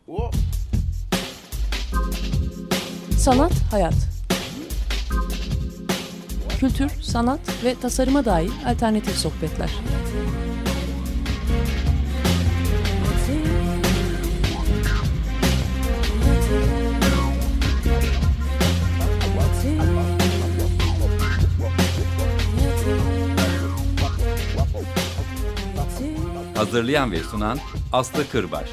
Sanat, hayat. Kültür, sanat ve tasarıma dair alternatif sohbetler. Hazırlayan ve sunan Aslı Kırbaş.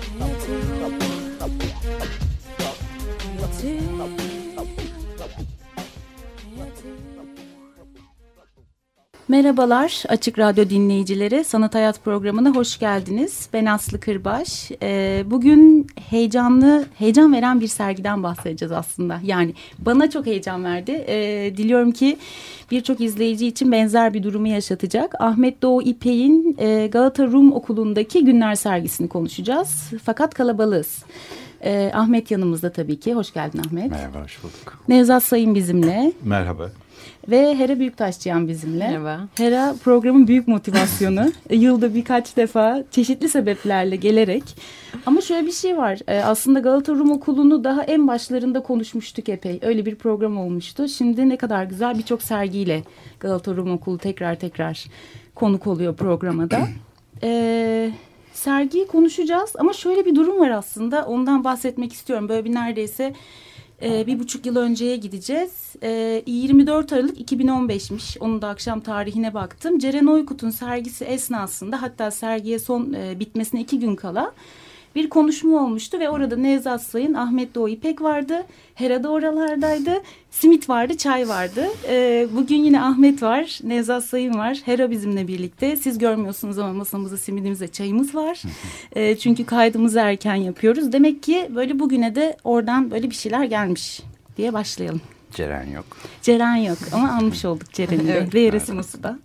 Merhabalar Açık Radyo dinleyicileri, Sanat Hayat programına hoş geldiniz. Ben Aslı Kırbaş. Bugün heyecan veren bir sergiden bahsedeceğiz aslında. Yani bana çok heyecan verdi. Diliyorum ki birçok izleyici için benzer bir durumu yaşatacak. Ahmet Doğu İpek'in Galata Rum Okulu'ndaki Günler sergisini konuşacağız. Fakat kalabalığız. Ahmet yanımızda tabii ki. Hoş geldin Ahmet. Merhaba, hoş bulduk. Nevzat Sayın bizimle. Merhaba. Ve Hera Büyüktaşçıyan bizimle. Merhaba. Hera programın büyük motivasyonu. Yılda birkaç defa çeşitli sebeplerle gelerek. Ama şöyle bir şey var. Aslında Galata Rum Okulu'nu daha en başlarında konuşmuştuk epey. Öyle bir program olmuştu. Şimdi ne kadar güzel birçok sergiyle Galata Rum Okulu tekrar konuk oluyor programa da. Sergiyi konuşacağız ama şöyle bir durum var aslında. Ondan bahsetmek istiyorum. Böyle bir neredeyse 1,5 yıl önceye gideceğiz. 24 Aralık 2015'miş. Onun da akşam tarihine baktım. Ceren Oykut'un sergisi esnasında, hatta sergiye son bitmesine 2 gün kala bir konuşma olmuştu ve orada Nevzat Sayın, Ahmet Doğu İpek vardı. Hera da oralardaydı. Simit vardı, çay vardı. Bugün yine Ahmet var, Nevzat Sayın var. Hera bizimle birlikte. Siz görmüyorsunuz ama masamızda simidimiz ve çayımız var. Çünkü kaydımızı erken yapıyoruz. Demek ki böyle bugüne de oradan böyle bir şeyler gelmiş diye başlayalım. Ceren yok. Ceren yok ama almış olduk Ceren'i de. Evet. Ve Erasmus'u da.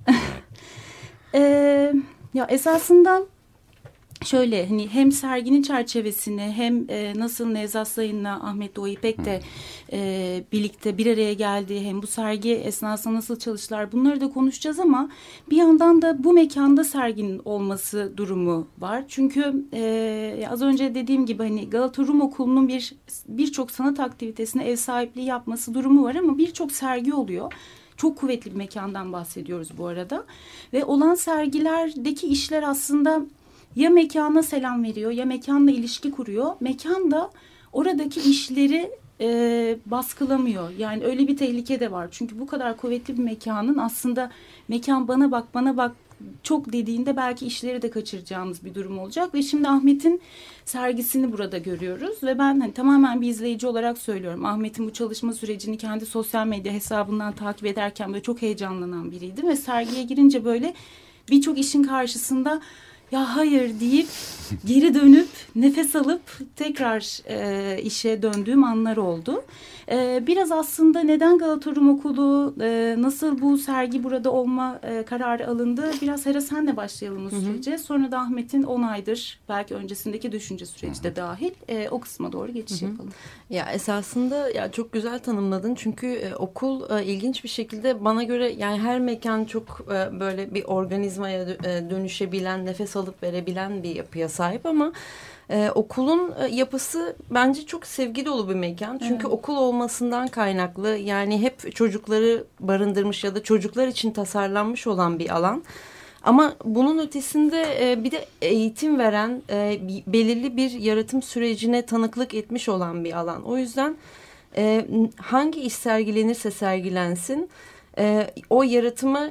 Ya esasında şöyle, hani hem serginin çerçevesini hem nasıl Nevzat Sayın'la Ahmet Doğu İpek de birlikte bir araya geldi, hem bu sergi esnasında nasıl çalıştılar, bunları da konuşacağız ama bir yandan da bu mekanda serginin olması durumu var. Çünkü az önce dediğim gibi hani Galata Rum Okulu'nun birçok sanat aktivitesine ev sahipliği yapması durumu var ama birçok sergi oluyor. Çok kuvvetli bir mekandan bahsediyoruz bu arada ve olan sergilerdeki işler aslında ya mekana selam veriyor ya mekanla ilişki kuruyor. Mekan da oradaki işleri baskılamıyor. Yani öyle bir tehlike de var. Çünkü bu kadar kuvvetli bir mekanın aslında mekan bana bak çok dediğinde belki işleri de kaçıracağımız bir durum olacak. Ve şimdi Ahmet'in sergisini burada görüyoruz. Ve ben hani tamamen bir izleyici olarak söylüyorum. Ahmet'in bu çalışma sürecini kendi sosyal medya hesabından takip ederken böyle çok heyecanlanan biriydim. Ve sergiye girince böyle birçok işin karşısında ya hayır deyip geri dönüp nefes alıp tekrar işe döndüğüm anlar oldu. Biraz aslında neden Galata Rum Okulu, nasıl bu sergi burada olma kararı alındı? Biraz Hera senle başlayalım o sürece. Sonra da Ahmet'in 10 aydır belki öncesindeki düşünce süreci de dahil o kısma doğru geçiş yapalım. Ya esasında ya çok güzel tanımladın çünkü okul ilginç bir şekilde bana göre yani her mekan çok böyle bir organizmaya dönüşebilen, nefes alıp verebilen bir yapıya sahip ama okulun yapısı bence çok sevgi dolu bir mekan. Çünkü evet, okul olmasından kaynaklı yani hep çocukları barındırmış ya da çocuklar için tasarlanmış olan bir alan. Ama bunun ötesinde bir de eğitim veren, belirli bir yaratım sürecine tanıklık etmiş olan bir alan. O yüzden hangi iş sergilenirse sergilensin o yaratımı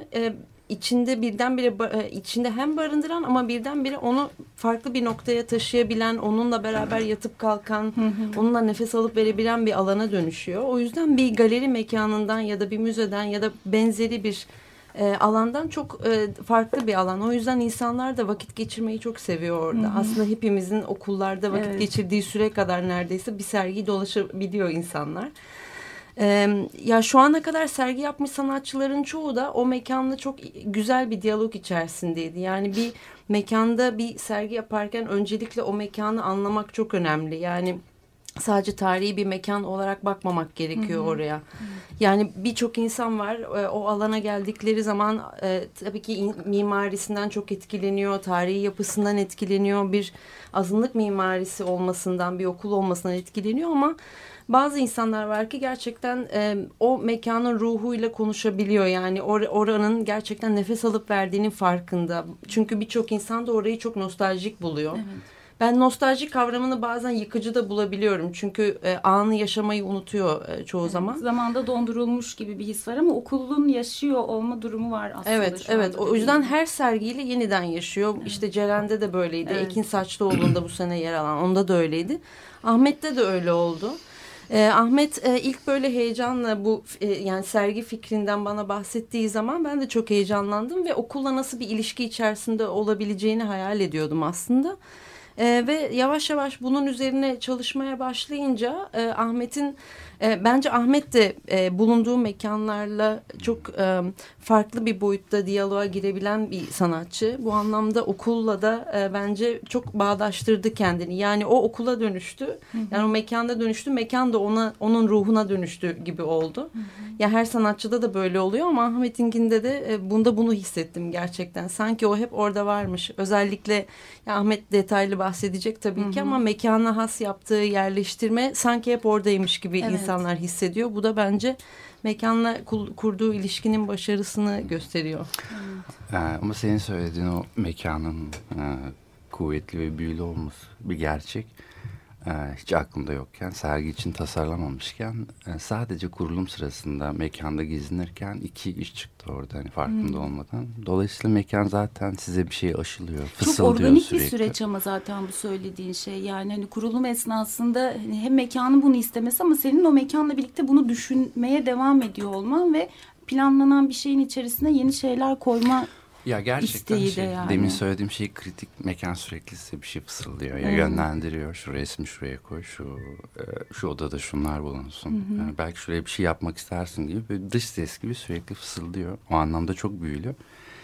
içinde hem barındıran ama birdenbire onu farklı bir noktaya taşıyabilen, onunla beraber yatıp kalkan, onunla nefes alıp verebilen bir alana dönüşüyor. O yüzden bir galeri mekanından ya da bir müzeden ya da benzeri bir alandan çok farklı bir alan. O yüzden insanlar da vakit geçirmeyi çok seviyor orada. Aslında hepimizin okullarda vakit geçirdiği süre kadar neredeyse bir sergiyi dolaşabiliyor insanlar. Ya şu ana kadar sergi yapmış sanatçıların çoğu da o mekanla çok güzel bir diyalog içerisindeydi. Yani bir mekanda bir sergi yaparken öncelikle o mekanı anlamak çok önemli. Yani sadece tarihi bir mekan olarak bakmamak gerekiyor oraya. Yani birçok insan var, o alana geldikleri zaman tabii ki mimarisinden çok etkileniyor, tarihi yapısından etkileniyor, bir azınlık mimarisi olmasından, bir okul olmasından etkileniyor ama bazı insanlar var ki gerçekten o mekanın ruhuyla konuşabiliyor. Yani oranın gerçekten nefes alıp verdiğinin farkında. Çünkü birçok insan da orayı çok nostaljik buluyor. Evet. Ben nostaljik kavramını bazen yıkıcı da bulabiliyorum. Çünkü anı yaşamayı unutuyor çoğu zaman. Zamanda dondurulmuş gibi bir his var ama okulun yaşıyor olma durumu var aslında. Evet, evet. O yüzden her sergiyle yeniden yaşıyor. Evet. İşte Ceren'de de böyleydi. Evet. Ekin Saçlıoğlu'nda bu sene yer alan, onda da öyleydi. Ahmet'te de öyle oldu. Ahmet ilk böyle heyecanla bu yani sergi fikrinden bana bahsettiği zaman ben de çok heyecanlandım ve okulla nasıl bir ilişki içerisinde olabileceğini hayal ediyordum aslında. Ve yavaş yavaş bunun üzerine çalışmaya başlayınca Ahmet'in bence Ahmet de bulunduğu mekanlarla çok farklı bir boyutta diyaloğa girebilen bir sanatçı. Bu anlamda okulla da bence çok bağdaştırdı kendini. Yani o okula dönüştü. Hı hı. Yani o mekanda dönüştü. Mekan da onun ruhuna dönüştü gibi oldu. Hı hı. Ya her sanatçıda da böyle oluyor ama Ahmet'inkinde de bunu hissettim gerçekten. Sanki o hep orada varmış. Özellikle ya Ahmet detaylı bahsedecek tabii ki ama mekana has yaptığı yerleştirme sanki hep oradaymış gibi insanlar hissediyor. Bu da bence mekanla kurduğu ilişkinin başarısını gösteriyor. Ama senin söylediğin o mekanın kuvvetli ve büyülü olması bir gerçek. Hiç aklımda yokken, sergi için tasarlamamışken sadece kurulum sırasında mekanda gezinirken 2 iş çıktı orada hani farkında olmadan. Dolayısıyla mekan zaten size bir şey aşılıyor, fısıldıyor çok organik sürekli. Bir süreç ama zaten bu söylediğin şey yani hani kurulum esnasında hani hem mekanın bunu istemesi ama senin o mekanla birlikte bunu düşünmeye devam ediyor olman ve planlanan bir şeyin içerisine yeni şeyler koyma. Ya gerçekten yani. Demin söylediğim şey kritik, mekan sürekli size bir şey fısıldıyor. Ya yönlendiriyor. Şu resmi şuraya koy, şu odada şunlar bulunsun. Yani belki şuraya bir şey yapmak istersin gibi böyle dış ses gibi sürekli fısıldıyor. O anlamda çok büyülü.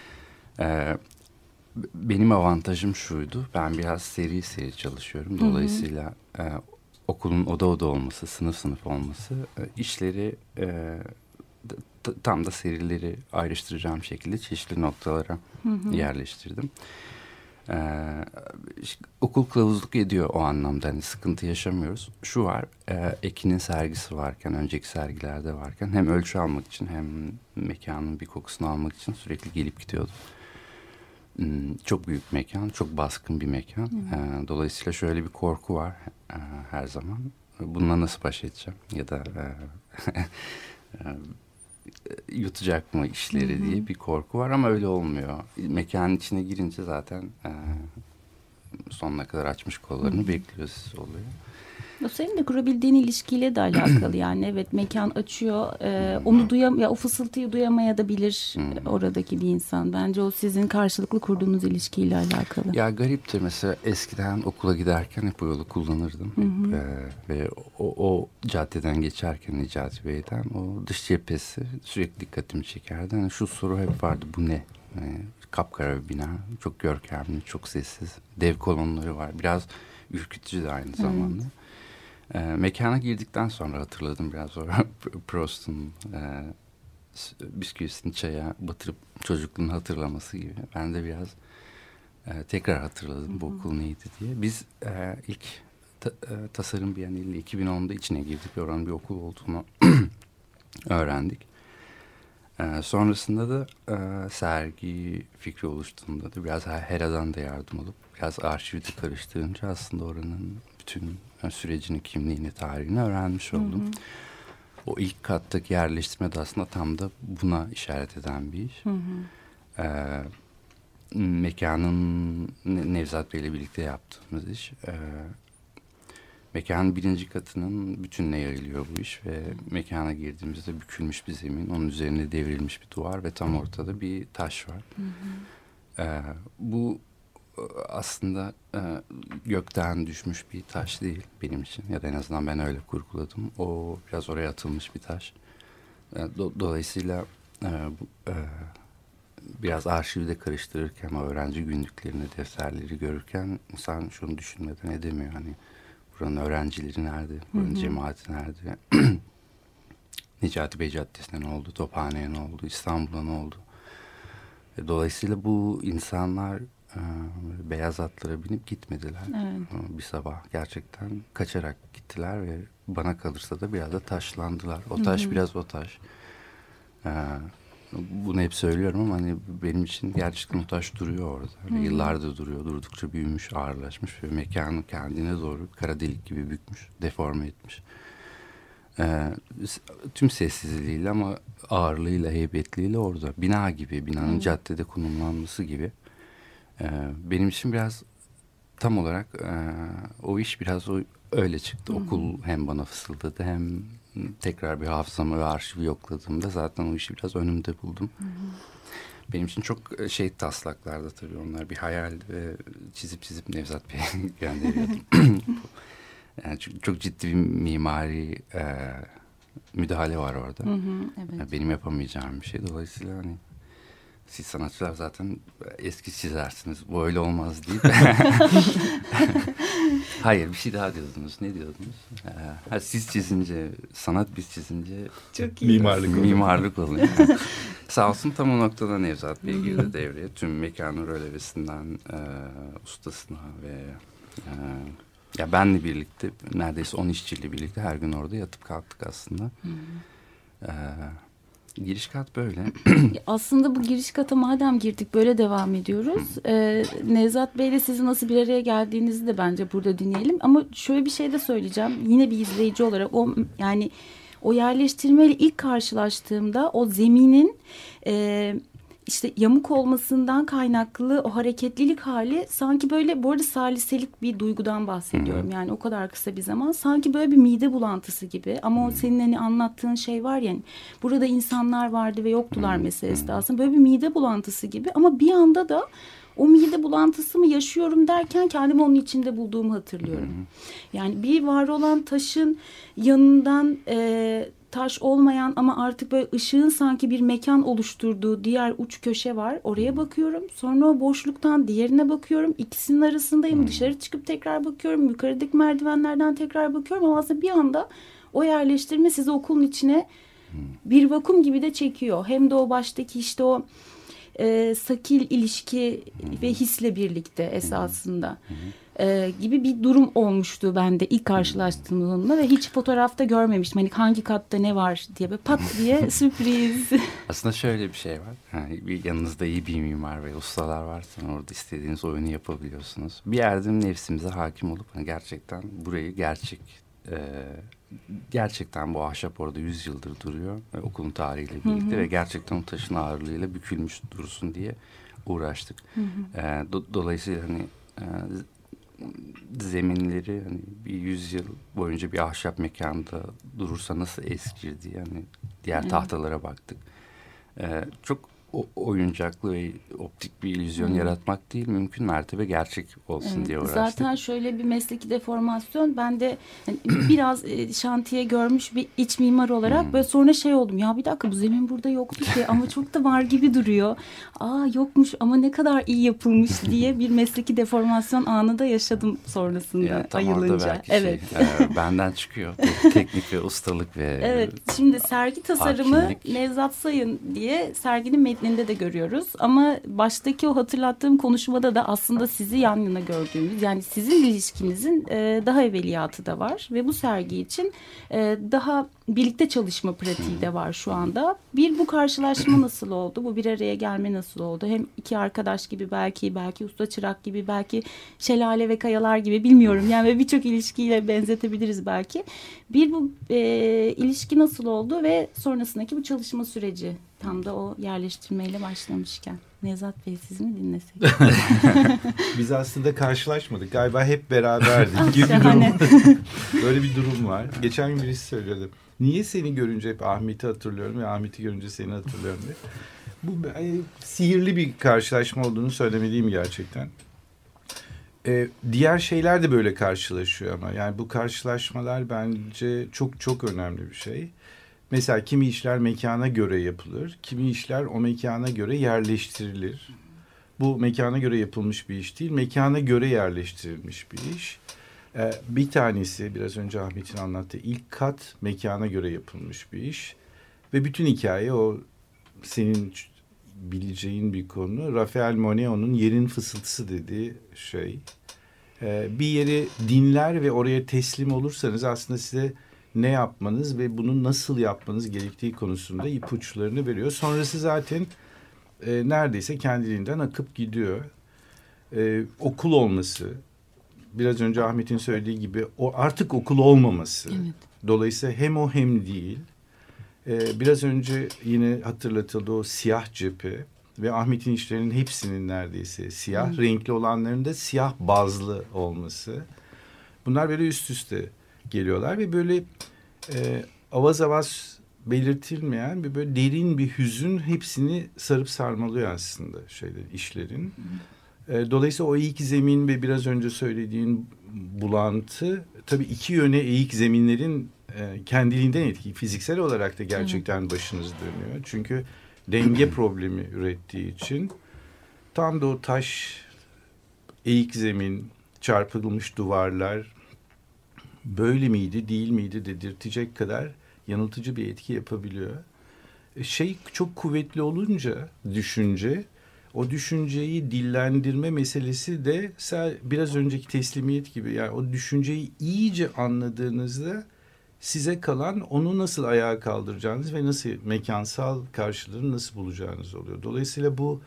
Benim avantajım şuydu. Ben biraz seri çalışıyorum. Dolayısıyla okulun oda olması, sınıf olması işleri tam da serileri ayrıştıracağım şekilde çeşitli noktalara yerleştirdim. Okul kılavuzluk ediyor o anlamda. Hani sıkıntı yaşamıyoruz. Şu var, Ekin'in sergisi varken, önceki sergilerde varken hem ölçü almak için hem mekanın bir kokusunu almak için sürekli gelip gidiyordum. Çok büyük mekan, çok baskın bir mekan. Dolayısıyla şöyle bir korku var her zaman. Bununla nasıl baş edeceğim? Ya da yutacak mı işleri diye bir korku var ama öyle olmuyor. Mekanın içine girince zaten sonuna kadar açmış kollarını bekliyoruz oluyor. O senin de kurabildiğin ilişkiyle de alakalı yani evet mekan açıyor onu o fısıltıyı duyamaya da bilir oradaki bir insan. Bence o sizin karşılıklı kurduğunuz ilişkiyle alakalı. Ya gariptir mesela eskiden okula giderken hep o yolu kullanırdım. Ve o caddeden geçerken Necati Bey'den o dış cephesi sürekli dikkatimi çekerdi. Yani şu soru hep vardı, bu ne? Yani, kapkara bir bina, çok görkemli, çok sessiz, dev kolonları var. Biraz ürkütücü de aynı zamanda. Mekana girdikten sonra hatırladım biraz o Proust'un bisküvisini çaya batırıp çocukluğunu hatırlaması gibi. Ben de biraz tekrar hatırladım bu okul neydi diye. Biz ilk Tasarım Bienali 2010'da içine girdik. Oranın bir okul olduğunu öğrendik. Sonrasında da sergi fikri oluştuğunda da biraz Hera'dan da yardım alıp biraz arşivde karıştırınca aslında oranın bütün sürecini, kimliğini, tarihini öğrenmiş oldum. O ilk kattaki yerleştirme de aslında tam da buna işaret eden bir iş. Mekanın Nevzat Bey'le birlikte yaptığımız iş. Mekanın 1. katının bütününe yayılıyor bu iş ve mekana girdiğimizde bükülmüş bir zemin, onun üzerine devrilmiş bir duvar ve tam ortada bir taş var. Bu aslında gökten düşmüş bir taş değil benim için ya da en azından ben öyle kurguladım. O biraz oraya atılmış bir taş. Dolayısıyla biraz arşivde karıştırırken o öğrenci günlüklerini, defterleri görürken insan şunu düşünmeden edemiyor. Hani Buranın öğrencileri nerede? Buranın cemaati nerede? Necati Bey Caddesi'ne ne oldu? Tophane'ye ne oldu? İstanbul'a ne oldu? Dolayısıyla bu insanlar beyaz atlara binip gitmediler. Evet. Bir sabah gerçekten kaçarak gittiler ve bana kalırsa da biraz da taşlandılar. O taş biraz o taş. Bunu hep söylüyorum ama hani benim için gerçekten o taş duruyor orada. Yıllardır duruyor. Durdukça büyümüş, ağırlaşmış ve mekanı kendine doğru kara delik gibi bükmüş, deforme etmiş. Tüm sessizliğiyle ama ağırlığıyla, heybetliğiyle orada. Bina gibi, binanın caddede konumlanması gibi. Benim için biraz tam olarak o iş biraz öyle çıktı. Okul hem bana fısıldadı hem tekrar bir hafızamı ve arşivi yokladığımda zaten o işi biraz önümde buldum. Benim için çok taslaklardı tabii, onlar bir hayal ve çizip Nevzat Bey'e gönderiyordum. Yani çok ciddi bir mimari müdahale var orada. Evet. Benim yapamayacağım bir şey. Dolayısıyla hani siz sanatçılar zaten eski çizersiniz. Bu öyle olmaz deyip. Hayır, bir şey daha diyordunuz. Ne diyordunuz? Siz çizince, sanat biz çizince Çok iyi. mimarlık oluyor. Yani. Sağ olsun tam o noktada Nevzat Bey girdi devreye. Tüm mekanın rölevesinden ustasına ve ya benle birlikte neredeyse 10 işçiyle birlikte her gün orada yatıp kalktık aslında. Giriş kat böyle. Aslında bu giriş kata madem girdik böyle devam ediyoruz. Nevzat Bey'le sizin nasıl bir araya geldiğinizi de bence burada dinleyelim. Ama şöyle bir şey de söyleyeceğim. Yine bir izleyici olarak o yerleştirmeyle ilk karşılaştığımda o zeminin işte yamuk olmasından kaynaklı o hareketlilik hali sanki böyle, bu arada saliselik bir duygudan bahsediyorum. Yani o kadar kısa bir zaman sanki böyle bir mide bulantısı gibi, ama o senin hani anlattığın şey var ya, burada insanlar vardı ve yoktular meselesi de aslında böyle bir mide bulantısı gibi, ama bir anda da o mide bulantısı mı yaşıyorum derken kendimi onun içinde bulduğumu hatırlıyorum. Yani bir var olan taşın yanından taş olmayan ama artık böyle ışığın sanki bir mekan oluşturduğu diğer uç köşe var. Oraya bakıyorum. Sonra o boşluktan diğerine bakıyorum. İkisinin arasındayım. Dışarı çıkıp tekrar bakıyorum. Yukarıdaki merdivenlerden tekrar bakıyorum. Ama aslında bir anda o yerleştirme sizi okulun içine bir vakum gibi de çekiyor. Hem de o baştaki işte o sakil ilişki ve hisle birlikte esasında gibi bir durum olmuştu bende ilk karşılaştığımda ve hiç fotoğrafta görmemiştim. Hani hangi katta ne var diye böyle pat diye sürpriz. Aslında şöyle bir şey var. Yani bir yanınızda iyi bir mimar ve ustalar varsa orada istediğiniz oyunu yapabiliyorsunuz. Bir yerde nefsimize hakim olup hani gerçekten burayı gerçekten bu ahşap orada 100 yıldır duruyor. Okulun tarihiyle birlikte ve gerçekten o taşın ağırlığıyla bükülmüş dursun diye uğraştık. Dolayısıyla hani zeminleri hani bir 100 yıl boyunca bir ahşap mekanda durursa nasıl eskir diye hani diğer tahtalara baktık. Çok oyuncaklı ve optik bir illüzyon yaratmak değil, mümkün mertebe gerçek olsun diye uğraştık. Zaten şöyle bir mesleki deformasyon, ben de hani biraz şantiye görmüş bir iç mimar olarak böyle sonra şey oldum, ya bir dakika bu zemin burada yoktu ki ama çok da var gibi duruyor. Yokmuş ama ne kadar iyi yapılmış diye bir mesleki deformasyon anı da yaşadım sonrasında ya, tam ayılınca. orada belki evet. Benden çıkıyor teknik ve ustalık ve evet, şimdi sergi tasarımı hakimlik. Nevzat Sayın diye serginin metninde de görüyoruz. Ama baştaki o hatırlattığım konuşmada da aslında sizi yan yana gördüğümüz, yani sizin ilişkinizin daha evveliyatı da var. Ve bu sergi için daha birlikte çalışma pratiği de var şu anda. Bu karşılaşma nasıl oldu? Bu bir araya gelme nasıl oldu? Hem iki arkadaş gibi belki usta çırak gibi, belki şelale ve kayalar gibi, bilmiyorum. Yani birçok ilişkiyle benzetebiliriz belki. Bu ilişki nasıl oldu ve sonrasındaki bu çalışma süreci, tam da o yerleştirmeyle başlamışken. Nevzat Bey, siz mi dinlesek? Biz aslında karşılaşmadık. Galiba hep beraberdik gibi böyle bir durum var. Geçen gün birisi söylüyordu. Niye seni görünce hep Ahmet'i hatırlıyorum ve Ahmet'i görünce seni hatırlıyorum diye. Bu sihirli bir karşılaşma olduğunu söylemeliyim gerçekten. Diğer şeyler de böyle karşılaşıyor ama. Yani bu karşılaşmalar bence çok çok önemli bir şey. Mesela kimi işler mekana göre yapılır. Kimi işler o mekana göre yerleştirilir. Bu mekana göre yapılmış bir iş değil. Mekana göre yerleştirilmiş bir iş. Bir tanesi biraz önce Ahmet'in anlattığı ilk kat mekana göre yapılmış bir iş. Ve bütün hikaye o senin bileceğin bir konu. Raphael Monneau'nun yerin fısıltısı dediği şey. Bir yeri dinler ve oraya teslim olursanız aslında size ne yapmanız ve bunu nasıl yapmanız gerektiği konusunda ipuçlarını veriyor. Sonrası zaten neredeyse kendiliğinden akıp gidiyor. Okul olması, biraz önce Ahmet'in söylediği gibi o artık okul olmaması. Evet. Dolayısıyla hem o hem değil. Biraz önce yine hatırlatıldı o siyah cephe ve Ahmet'in işlerinin hepsinin neredeyse siyah, renkli olanların da siyah bazlı olması. Bunlar böyle üst üste geliyorlar ve böyle avaz avaz belirtilmeyen bir böyle derin bir hüzün hepsini sarıp sarmalıyor aslında işlerin. Dolayısıyla o eğik zemin ve biraz önce söylediğin bulantı tabii iki yöne eğik zeminlerin kendiliğinden etkili. Fiziksel olarak da gerçekten başınız dönüyor. Çünkü denge problemi ürettiği için tam da o taş, eğik zemin, çarpılmış duvarlar böyle miydi değil miydi dedirtecek kadar yanıltıcı bir etki yapabiliyor. Çok kuvvetli olunca düşünce, o düşünceyi dillendirme meselesi de biraz önceki teslimiyet gibi, yani o düşünceyi iyice anladığınızda size kalan onu nasıl ayağa kaldıracağınız ve nasıl mekansal karşılığını nasıl bulacağınız oluyor. Dolayısıyla bu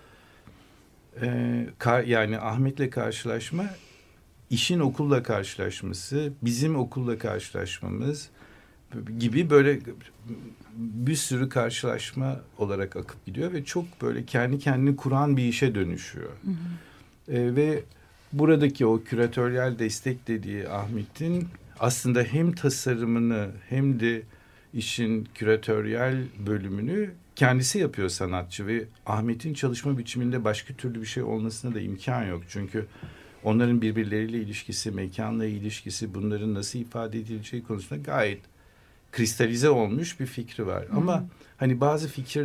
yani Ahmet'le karşılaşma, işin okulla karşılaşması, bizim okulla karşılaşmamız gibi böyle bir sürü karşılaşma olarak akıp gidiyor ve çok böyle kendi kendini kuran bir işe dönüşüyor. Ve buradaki o küratöryel destek dediği Ahmet'in aslında hem tasarımını hem de işin küratöryel bölümünü kendisi yapıyor sanatçı ve Ahmet'in çalışma biçiminde başka türlü bir şey olmasına da imkan yok. Çünkü onların birbirleriyle ilişkisi, mekanla ilişkisi, bunların nasıl ifade edileceği konusunda gayet kristalize olmuş bir fikri var. Ama hani bazı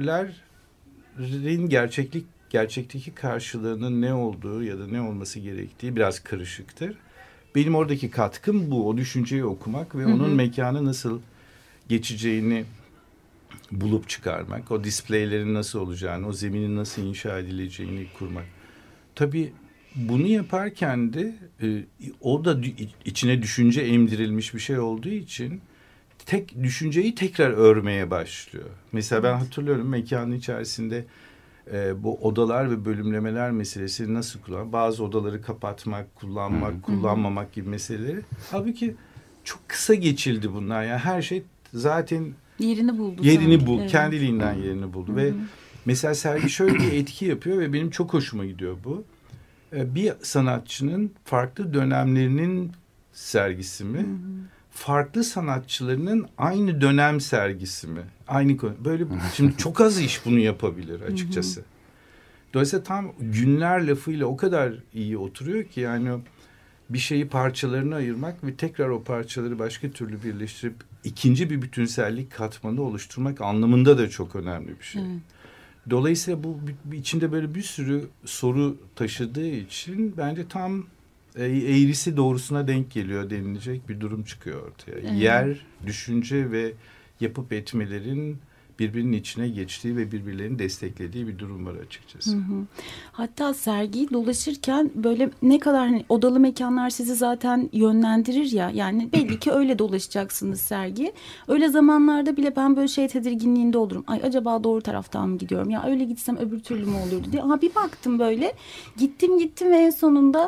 fikirlerin gerçekteki karşılığının ne olduğu ya da ne olması gerektiği biraz karışıktır. Benim oradaki katkım bu. O düşünceyi okumak ve onun mekanı nasıl geçeceğini bulup çıkarmak. O displaylerin nasıl olacağını, o zeminin nasıl inşa edileceğini kurmak. Tabii bunu yaparken de o da içine düşünce emdirilmiş bir şey olduğu için düşünceyi tekrar örmeye başlıyor. Mesela ben hatırlıyorum mekanın içerisinde bu odalar ve bölümlemeler meselesi nasıl kullanılır? Bazı odaları kapatmak, kullanmak, kullanmamak gibi meseleleri. Halbuki çok kısa geçildi bunlar. Yani her şey zaten yerini buldu. Evet. Kendiliğinden yerini buldu. Ve mesela sergi şöyle bir etki yapıyor ve benim çok hoşuma gidiyor bu. Bir sanatçının farklı dönemlerinin sergisi mi? Farklı sanatçılarının aynı dönem sergisi mi? Aynı konu. Böyle şimdi çok az iş bunu yapabilir açıkçası. Dolayısıyla tam günler lafıyla o kadar iyi oturuyor ki yani bir şeyi parçalarına ayırmak ve tekrar o parçaları başka türlü birleştirip ikinci bir bütünsellik katmanı oluşturmak anlamında da çok önemli bir şey. Dolayısıyla bu içinde böyle bir sürü soru taşıdığı için bence tam eğrisi doğrusuna denk geliyor denilecek bir durum çıkıyor ortaya. Yer, düşünce ve yapıp etmelerin birbirinin içine geçtiği ve birbirlerini desteklediği bir durum var açıkçası. Hatta sergiyi dolaşırken böyle ne kadar hani odalı mekanlar sizi zaten yönlendirir ya. Yani belli ki öyle dolaşacaksınız sergiyi. Öyle zamanlarda bile ben böyle tedirginliğinde olurum. Ay acaba doğru taraftan mı gidiyorum? Ya öyle gitsem öbür türlü mü olurdu diye. Ama bir baktım böyle. Gittim ve en sonunda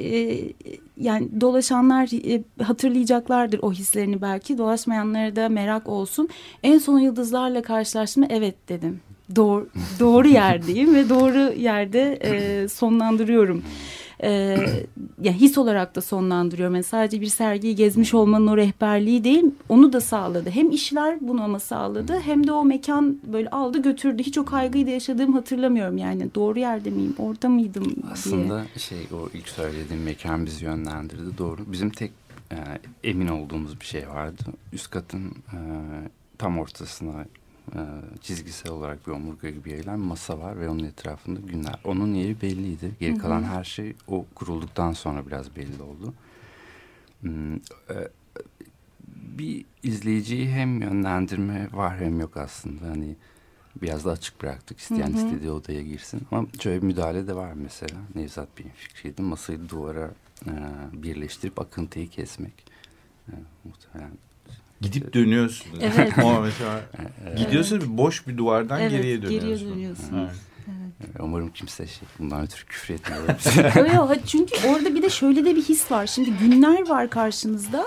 yani dolaşanlar hatırlayacaklardır o hislerini belki. Dolaşmayanlara da merak olsun. En son yıldızlarla karşılaştım. Evet dedim. Doğru yerdeyim ve doğru yerde sonlandırıyorum. Yani his olarak da sonlandırıyorum. Yani sadece bir sergiyi gezmiş olmanın o rehberliği değil, onu da sağladı. Hem işler bunu ama sağladı, hem de o mekan böyle aldı götürdü. Hiç o kaygıyı da yaşadığımı hatırlamıyorum yani. Doğru yerde miyim, orada mıydım diye. Aslında o ilk söylediğim mekan bizi yönlendirdi, doğru. Bizim tek emin olduğumuz bir şey vardı. Üst katın tam ortasına çizgisel olarak bir omurga gibi yayılan masa var ve onun etrafında günler. Onun yeri belliydi. Geri kalan her şey o kurulduktan sonra biraz belli oldu. Bir izleyiciyi hem yönlendirme var hem yok aslında. Hani biraz da açık bıraktık. İsteyen istediği odaya girsin. Ama şöyle bir müdahale de var mesela. Nevzat Bey'in fikriydi. Masayı duvara birleştirip akıntıyı kesmek. Muhtemelen. Gidip dönüyorsunuz. Evet. Ama mesela gidiyorsunuz boş bir duvardan geriye dönüyorsunuz. Geriye dönüyorsunuz. Evet. Umarım kimse bundan ötürü küfür etmiyor. Yok, çünkü orada bir de şöyle de bir his var. Şimdi günler var karşınızda.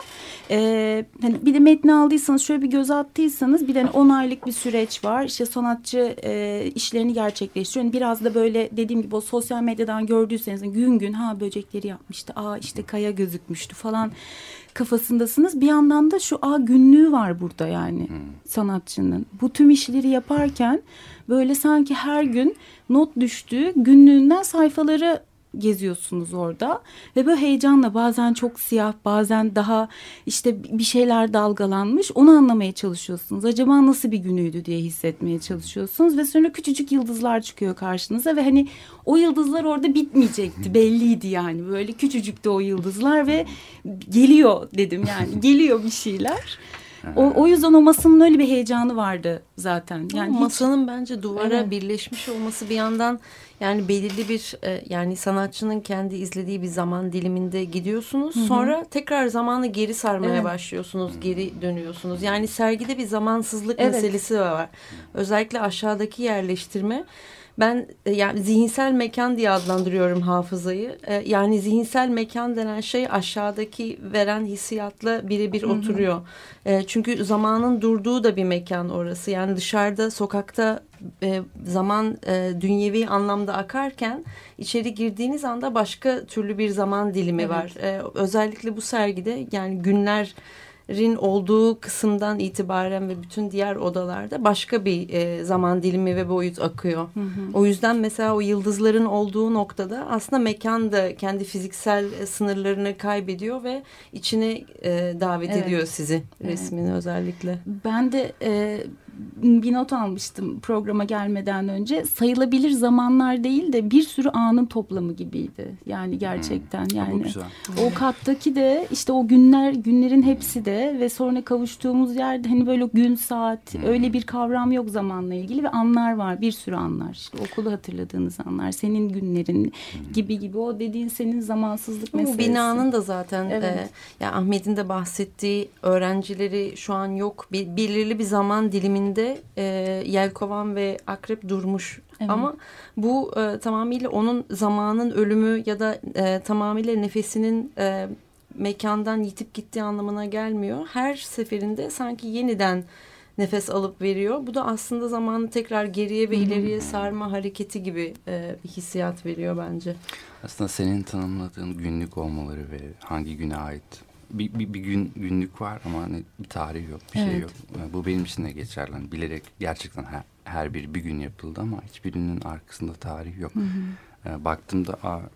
Hani bir de metni aldıysanız, şöyle bir göz attıysanız, bir de hani 10 aylık bir süreç var. İşte sanatçı işlerini gerçekleştiriyor. Yani biraz da böyle dediğim gibi o sosyal medyadan gördüyseniz gün gün böcekleri yapmıştı. İşte kaya gözükmüştü falan kafasındasınız. Bir yandan da şu günlüğü var burada yani sanatçının. Bu tüm işleri yaparken böyle sanki her gün not düştüğü günlüğünden sayfaları geziyorsunuz orada ve böyle heyecanla, bazen çok siyah, bazen daha işte bir şeyler dalgalanmış, onu anlamaya çalışıyorsunuz. Acaba nasıl bir günüydü diye hissetmeye çalışıyorsunuz ve sonra küçücük yıldızlar çıkıyor karşınıza ve hani o yıldızlar orada bitmeyecekti, belliydi yani, böyle küçücüktü o yıldızlar ve geliyor dedim yani, geliyor bir şeyler. O yüzden o masanın öyle bir heyecanı vardı zaten. Yani masanın bence duvara birleşmiş olması bir yandan, yani belirli bir yani sanatçının kendi izlediği bir zaman diliminde gidiyorsunuz. Sonra tekrar zamanı geri sarmaya başlıyorsunuz. Geri dönüyorsunuz. Yani sergide bir zamansızlık meselesi var. Özellikle aşağıdaki yerleştirme. Ben yani zihinsel mekan diye adlandırıyorum hafızayı. Yani zihinsel mekan denen şey aşağıdaki veren hissiyatla birebir oturuyor. Çünkü zamanın durduğu da bir mekan orası. Yani dışarıda, sokakta zaman dünyevi anlamda akarken içeri girdiğiniz anda başka türlü bir zaman dilimi var. Özellikle bu sergide yani günlerin olduğu kısımdan itibaren ve bütün diğer odalarda başka bir zaman dilimi ve boyut akıyor. O yüzden mesela o yıldızların olduğu noktada aslında mekan da kendi fiziksel sınırlarını kaybediyor ve içine davet ediyor sizi, resmini özellikle. Ben de bir not almıştım programa gelmeden önce. Sayılabilir zamanlar değil de bir sürü anın toplamı gibiydi. Yani gerçekten yani o kattaki de işte o günlerin hepsi de ve sonra kavuştuğumuz yerde hani böyle gün saat öyle bir kavram yok zamanla ilgili ve anlar var. Bir sürü anlar. İşte okulu hatırladığınız anlar, senin günlerin gibi o dediğin senin zamansızlık meselesi. Bu binanın da zaten ya Ahmet'in de bahsettiği öğrencileri şu an yok. Belirli bir zaman diliminde yelkovan ve akrep durmuş. Ama bu tamamıyla onun zamanın ölümü ya da tamamıyla nefesinin mekandan yitip gittiği anlamına gelmiyor. Her seferinde sanki yeniden nefes alıp veriyor. Bu da aslında zamanı tekrar geriye ve ileriye sarma hareketi gibi bir hissiyat veriyor bence. Aslında senin tanımladığın günlük olmaları ve hangi güne ait bir günlük var ama hani bir tarih yok, bir şey yok. Bu benim için de geçerli. Yani bilerek gerçekten her bir gün yapıldı ama hiçbirinin arkasında tarih yok. Baktığımda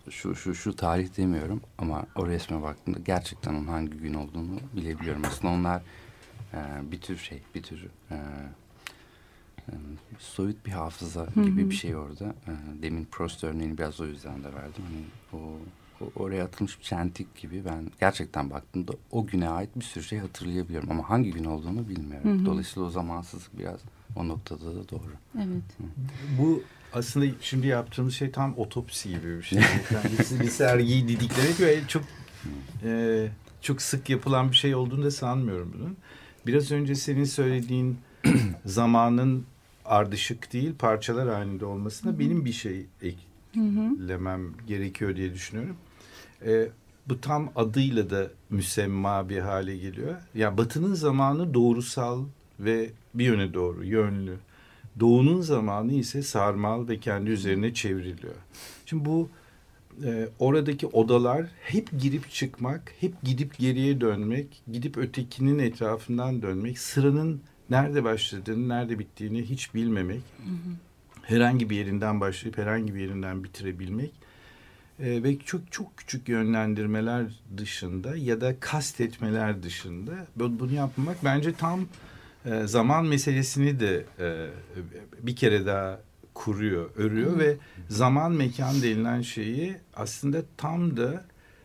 şu tarih demiyorum ama o resme baktığımda gerçekten onun hangi gün olduğunu bilebiliyorum. Aslında onlar bir tür soyut bir hafıza gibi bir şey orada. Demin Proust örneğini biraz o yüzden de verdim. Hani oraya atılmış bir çentik gibi ben gerçekten baktığımda o güne ait bir sürü şey hatırlayabiliyorum ama hangi gün olduğunu bilmiyorum. Dolayısıyla o zamansızlık biraz o noktada da doğru. Evet. Bu aslında şimdi yaptığımız şey tam otopsi gibi bir şey. Yani bir sergiyi didiklemek ve çok sık yapılan bir şey olduğunu da sanmıyorum bunun. Biraz önce senin söylediğin zamanın ardışık değil parçalar halinde olmasına benim bir şey eklemem gerekiyor diye düşünüyorum. Bu tam adıyla da müsemma bir hale geliyor. Yani Batı'nın zamanı doğrusal ve bir yöne doğru yönlü. Doğu'nun zamanı ise sarmal ve kendi üzerine çevriliyor. Şimdi bu oradaki odalar hep girip çıkmak, hep gidip geriye dönmek, gidip ötekinin etrafından dönmek, sıranın nerede başladığını, nerede bittiğini hiç bilmemek, herhangi bir yerinden başlayıp herhangi bir yerinden bitirebilmek ve çok küçük yönlendirmeler dışında ya da kastetmeler dışında bunu yapmak bence tam zaman meselesini de bir kere daha kuruyor, örüyor ve zaman mekan denilen şeyi aslında tam da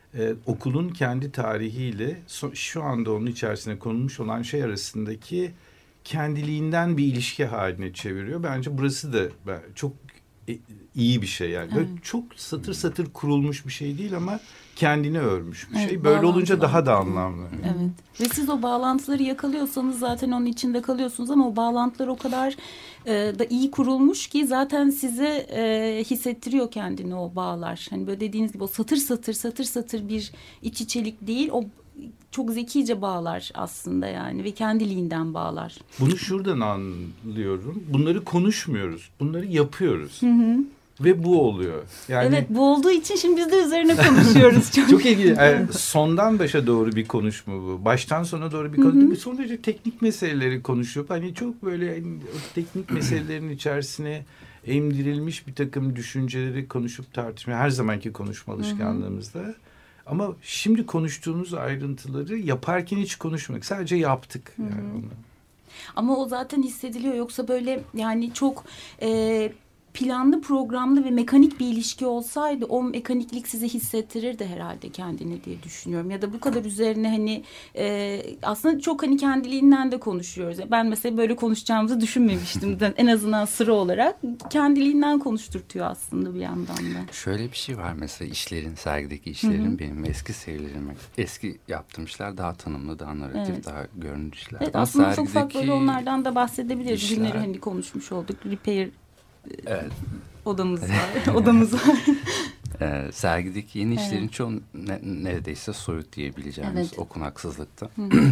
okulun kendi tarihiyle şu anda onun içerisine konulmuş olan şey arasındaki kendiliğinden bir ilişki haline çeviriyor. Bence burası da çok iyi bir şey yani. Böyle çok satır satır kurulmuş bir şey değil ama kendini örmüş bir şey. Böyle olunca daha da anlamlı. Evet. Ve siz o bağlantıları yakalıyorsanız zaten onun içinde kalıyorsunuz ama o bağlantılar o kadar da iyi kurulmuş ki zaten size hissettiriyor kendini o bağlar. Hani böyle dediğiniz gibi o satır satır bir iç içelik değil. O çok zekice bağlar aslında yani ve kendiliğinden bağlar. Bunu şuradan anlıyorum. Bunları konuşmuyoruz. Bunları yapıyoruz. Ve bu oluyor. Yani, evet, bu olduğu için şimdi biz de üzerine konuşuyoruz. Çok ilginç. Yani sondan başa doğru bir konuşma bu. Baştan sona doğru bir konuşma. Son derece teknik meseleleri konuşup hani çok böyle o teknik meselelerin içerisine emdirilmiş bir takım düşünceleri konuşup tartışmaya her zamanki konuşma alışkanlığımızda. Ama şimdi konuştuğumuz ayrıntıları yaparken hiç konuşmadık. Sadece yaptık. Yani onu. Ama o zaten hissediliyor. Yoksa böyle yani çok planlı, programlı ve mekanik bir ilişki olsaydı o mekaniklik size hissettirirdi herhalde kendini diye düşünüyorum. Ya da bu kadar üzerine hani aslında çok hani kendiliğinden de konuşuyoruz. Ben mesela böyle konuşacağımızı düşünmemiştim. En azından sıra olarak kendiliğinden konuşturtuyor aslında bir yandan da. Şöyle bir şey var mesela sergideki işlerin benim eski serilerime. Eski yaptığım işler daha tanımlı, daha narratif, daha görünür işler. Evet, aslında çok ufak böyle onlardan da bahsedebiliriz. İşler... Günleri hani konuşmuş olduk. Repair evet. odamız var. Sergideki yeni işlerin çoğu neredeyse soyut diyebileceğimiz okunaksızlıkta.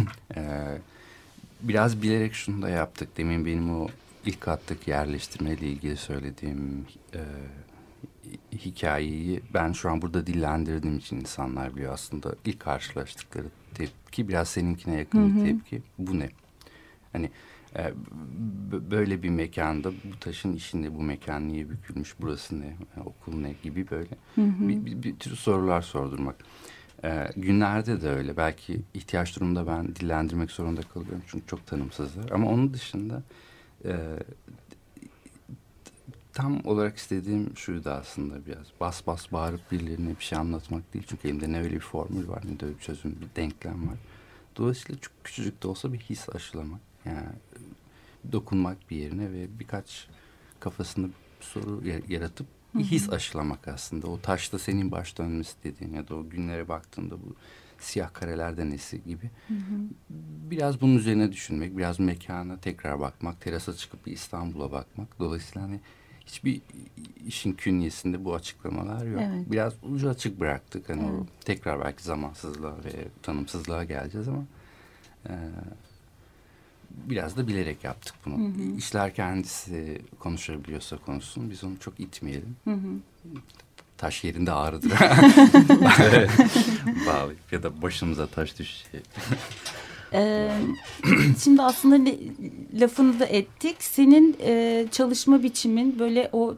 Biraz bilerek şunu da yaptık. Demin benim o ilk kattaki yerleştirmeyle ilgili söylediğim hikayeyi ben şu an burada dillendirdiğim için insanlar biliyor aslında ilk karşılaştıkları tepki biraz seninkine yakın bir tepki. Bu ne? Hani böyle bir mekanda bu taşın içinde bu mekan niye bükülmüş, burası ne, okul ne gibi böyle bir tür sorular sordurmak. Günlerde de öyle. Belki ihtiyaç durumunda ben dillendirmek zorunda kalıyorum çünkü çok tanımsızlar. Ama onun dışında tam olarak istediğim şuydu aslında biraz. Bas bas bağırıp birilerine bir şey anlatmak değil. Çünkü elimde ne öyle bir formül var ne de öyle bir çözüm, bir denklem var. Dolayısıyla çok küçücük de olsa bir his aşılamak. Yani dokunmak bir yerine ve birkaç kafasında bir soru yaratıp bir his aşılamak aslında. O taşta senin baş dönmesi dediğin ya da o günlere baktığında bu siyah karelerden nesi gibi. Biraz bunun üzerine düşünmek, biraz mekana tekrar bakmak, terasa çıkıp bir İstanbul'a bakmak. Dolayısıyla hani hiçbir işin künyesinde bu açıklamalar yok. Evet. Biraz ucu açık bıraktık. Hani o tekrar belki zamansızlığa ve tanımsızlığa geleceğiz ama biraz da bilerek yaptık bunu. İşler kendisi konuşabiliyorsa konuşsun. Biz onu çok itmeyelim. Taş yerinde ağrıdır. Bağlayıp ya da başımıza taş düşecek. Şimdi aslında lafını da ettik. Senin çalışma biçimin böyle o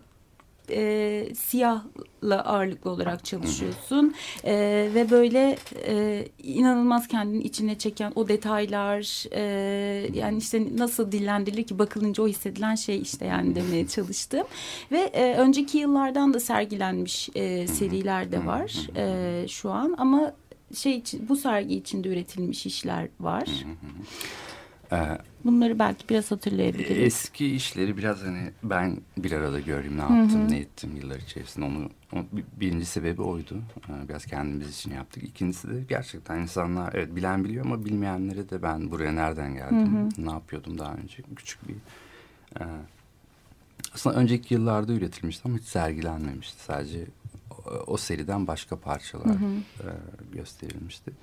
siyahla ağırlıklı olarak çalışıyorsun ve böyle inanılmaz kendini içine çeken o detaylar yani işte nasıl dillendirilir ki bakılınca o hissedilen şey işte yani demeye çalıştım ve önceki yıllardan da sergilenmiş seriler de var şu an ama bu sergi içinde üretilmiş işler var. Bunları belki biraz hatırlayabiliriz. Eski işleri biraz hani ben bir arada göreyim ne yaptım, ne ettim yıllar içerisinde. Onu birinci sebebi oydu. Biraz kendimiz için yaptık. İkincisi de gerçekten insanlar evet bilen biliyor ama bilmeyenlere de ben buraya nereden geldim, ne yapıyordum daha önce. Küçük bir aslında önceki yıllarda üretilmişti ama hiç sergilenmemişti. Sadece o seriden başka parçalar gösterilmişti.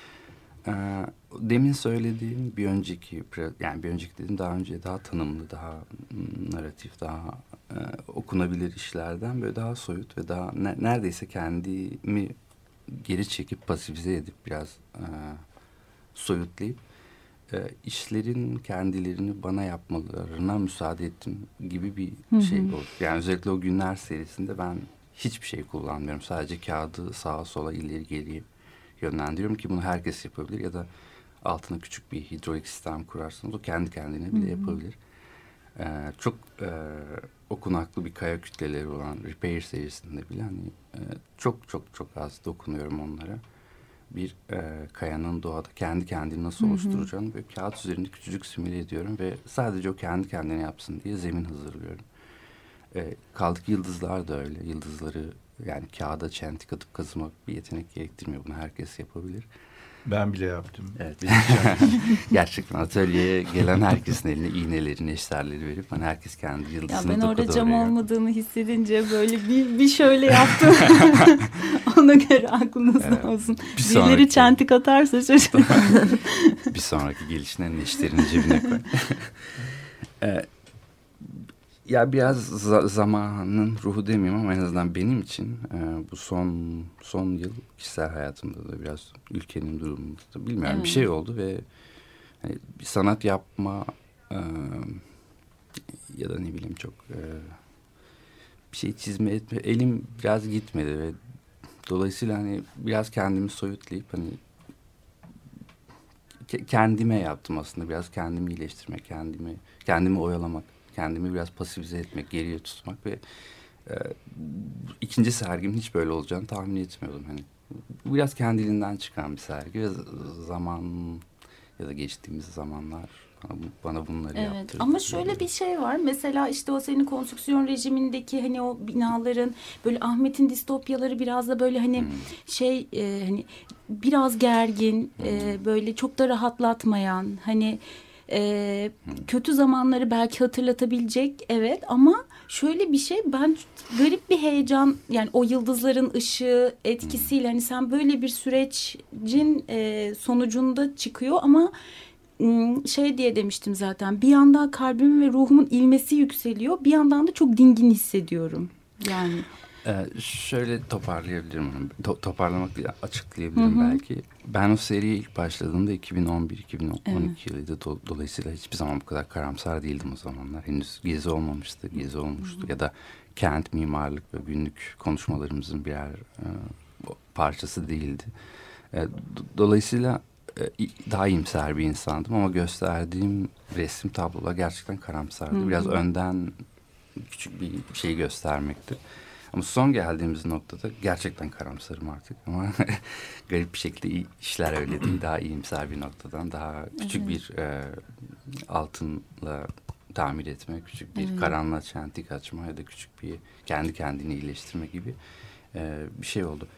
Demin söylediğim bir önceki dediğim daha önce daha tanımlı, daha narratif, daha okunabilir işlerden böyle daha soyut ve daha neredeyse kendimi geri çekip pasifize edip biraz soyutlayıp işlerin kendilerini bana yapmalarına müsaade ettim gibi bir şey oldu. Yani özellikle o günler serisinde ben hiçbir şey kullanmıyorum. Sadece kağıdı sağa sola ileri geriye yönlendiriyorum ki bunu herkes yapabilir ya da altına küçük bir hidrolik sistem kurarsanız o kendi kendine bile yapabilir. Çok okunaklı bir kaya kütleleri olan Repair serisinde bile hani çok çok çok az dokunuyorum onlara. Bir kayanın doğada kendi kendini nasıl oluşturacağını böyle kağıt üzerinde küçücük simüle ediyorum ve sadece o kendi kendine yapsın diye zemin hazırlıyorum. Kaldı ki yıldızlar da öyle. Yıldızları yani kağıda çentik atıp kazımak bir yetenek gerektirmiyor. Bunu herkes yapabilir. Ben bile yaptım. Evet. Gerçekten atölyeye gelen herkesin eline iğneleri, neşterleri verip hani herkes kendi yıldızını ben orada dokudu cam oraya. olmadığını hissedince böyle bir şöyle yaptım. Ona göre aklınızda olsun. Birileri çentik atarsa şaşırın. Bir sonraki gelişine neşterini cebine koy. Ya biraz zamanın ruhu demeyeyim ama en azından benim için bu son yıl kişisel hayatımda da biraz ülkenin durumunda da bilmiyorum bir şey oldu ve hani bir sanat yapma ya da ne bileyim çok bir şey çizme etme elim biraz gitmedi ve dolayısıyla hani biraz kendimi soyutlayıp hani kendime yaptım aslında biraz kendimi iyileştirmek, kendimi oyalamak. Kendimi biraz pasifize etmek, geriye tutmak ve ikinci sergimin hiç böyle olacağını tahmin etmiyordum. Hani biraz kendiliğinden çıkan bir sergi ve zaman ya da geçtiğimiz zamanlar bana bunları yaptırdı. Ama şöyle bir şey var. Mesela işte o senin konstrüksiyon rejimindeki hani o binaların böyle Ahmet'in distopyaları biraz da böyle hani hani biraz gergin, böyle çok da rahatlatmayan hani kötü zamanları belki hatırlatabilecek evet ama şöyle bir şey ben garip bir heyecan yani o yıldızların ışığı etkisiyle hani sen böyle bir sürecin sonucunda çıkıyor ama diye demiştim zaten bir yandan kalbimin ve ruhumun ilmesi yükseliyor bir yandan da çok dingin hissediyorum yani. Şöyle toparlayabilirim onu. Toparlamak değil, açıklayabilirim belki. Ben o seriye ilk başladığımda 2011-2012 yılıydı. Dolayısıyla hiçbir zaman bu kadar karamsar değildim o zamanlar. Henüz Gezi olmamıştı, Gezi olmuştu. Ya da kent mimarlık ve günlük konuşmalarımızın birer parçası değildi. Dolayısıyla daha iyimser bir insandım ama gösterdiğim resim tablolar gerçekten karamsardı. Biraz önden küçük bir şey göstermekti. Ama son geldiğimiz noktada gerçekten karamsarım artık ama garip bir şekilde işler öyle değil. Daha iyimser bir noktadan daha küçük bir altınla tamir etme, küçük bir karanlığa çentik açma ya da küçük bir kendi kendini iyileştirme gibi bir şey oldu.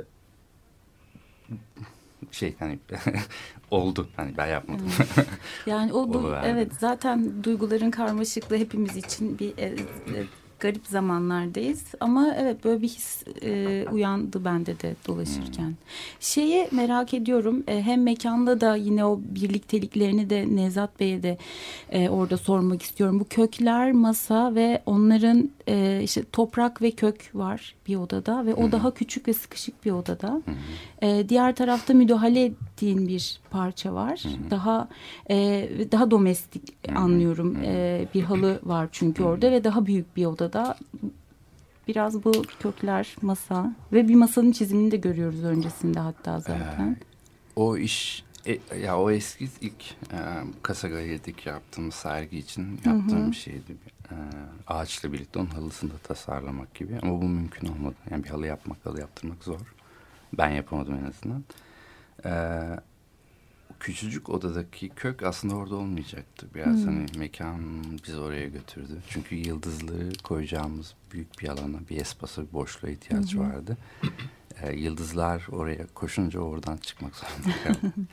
Hani oldu. Hani ben yapmadım. Yani evet zaten duyguların karmaşıklığı hepimiz için bir garip zamanlardayız ama evet böyle bir his uyandı bende de dolaşırken. Şeyi merak ediyorum hem mekanda da yine o birlikteliklerini de Nevzat Bey'e de orada sormak istiyorum. Bu kökler, masa ve onların işte toprak ve kök var bir odada ve o daha küçük ve sıkışık bir odada. Diğer tarafta müdahale ettiğin bir parça var. Daha domestik anlıyorum. Bir halı var çünkü orada ve daha büyük bir odada. Biraz bu kökler, masa ve bir masanın çizimini de görüyoruz öncesinde hatta zaten. O iş o eski ilk Kasa Galeri'deki yaptığımız sergi için yaptığım bir şeydi. Ağaçla birlikte onun halısını da tasarlamak gibi ama bu mümkün olmadı. Yani bir halı yaptırmak zor. Ben yapamadım en azından. Küçücük odadaki kök aslında orada olmayacaktı. Biraz hani mekan bizi oraya götürdü. Çünkü yıldızları koyacağımız büyük bir alana, bir espasa, bir boşluğa ihtiyaç vardı. Yıldızlar oraya koşunca oradan çıkmak zorunda kaldı.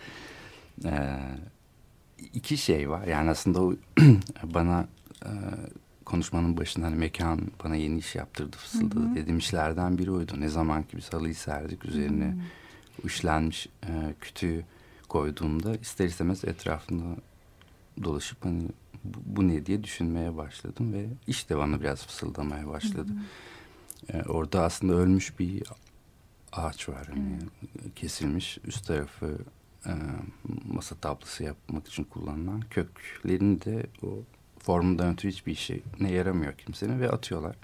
İki şey var. Yani aslında o bana konuşmanın başında hani mekan bana yeni iş yaptırdı, fısıldadı dediğim işlerden biri oydu. Ne zaman ki biz halıyı serdik üzerine işlenmiş kütüğü koyduğumda ister istemez etrafında dolaşıp hani bu ne diye düşünmeye başladım ve iş de bana biraz fısıldamaya başladı. Orada aslında ölmüş bir ağaç var hani kesilmiş üst tarafı masa tablosu yapmak için kullanılan köklerini de o formundan ötürü hiçbir işine yaramıyor kimsenin ve atıyorlar.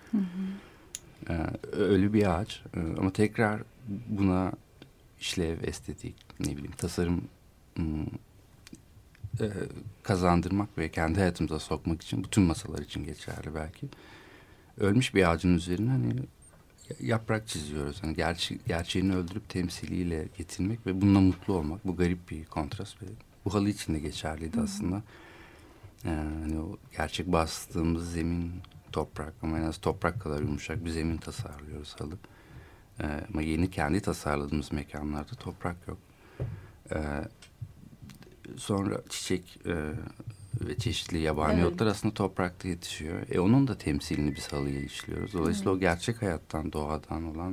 Ölü bir ağaç ama tekrar buna işlev, estetik, ne bileyim tasarım kazandırmak ve kendi hayatımıza sokmak için, bütün masalar için geçerli belki. Ölmüş bir ağacın üzerine hani yaprak çiziyoruz. Hani gerçeğini öldürüp temsiliyle yetinmek ve bununla mutlu olmak. Bu garip bir kontrast ve bu halı için de geçerliydi aslında. Hani o gerçek bastığımız zemin toprak ama en az toprak kadar yumuşak bir zemin tasarlıyoruz halı. Ama yeni kendi tasarladığımız mekanlarda toprak yok. Sonra çiçek ve çeşitli yabani otlar aslında toprakta yetişiyor. Onun da temsilini biz halıya işliyoruz. Dolayısıyla o gerçek hayattan, doğadan olan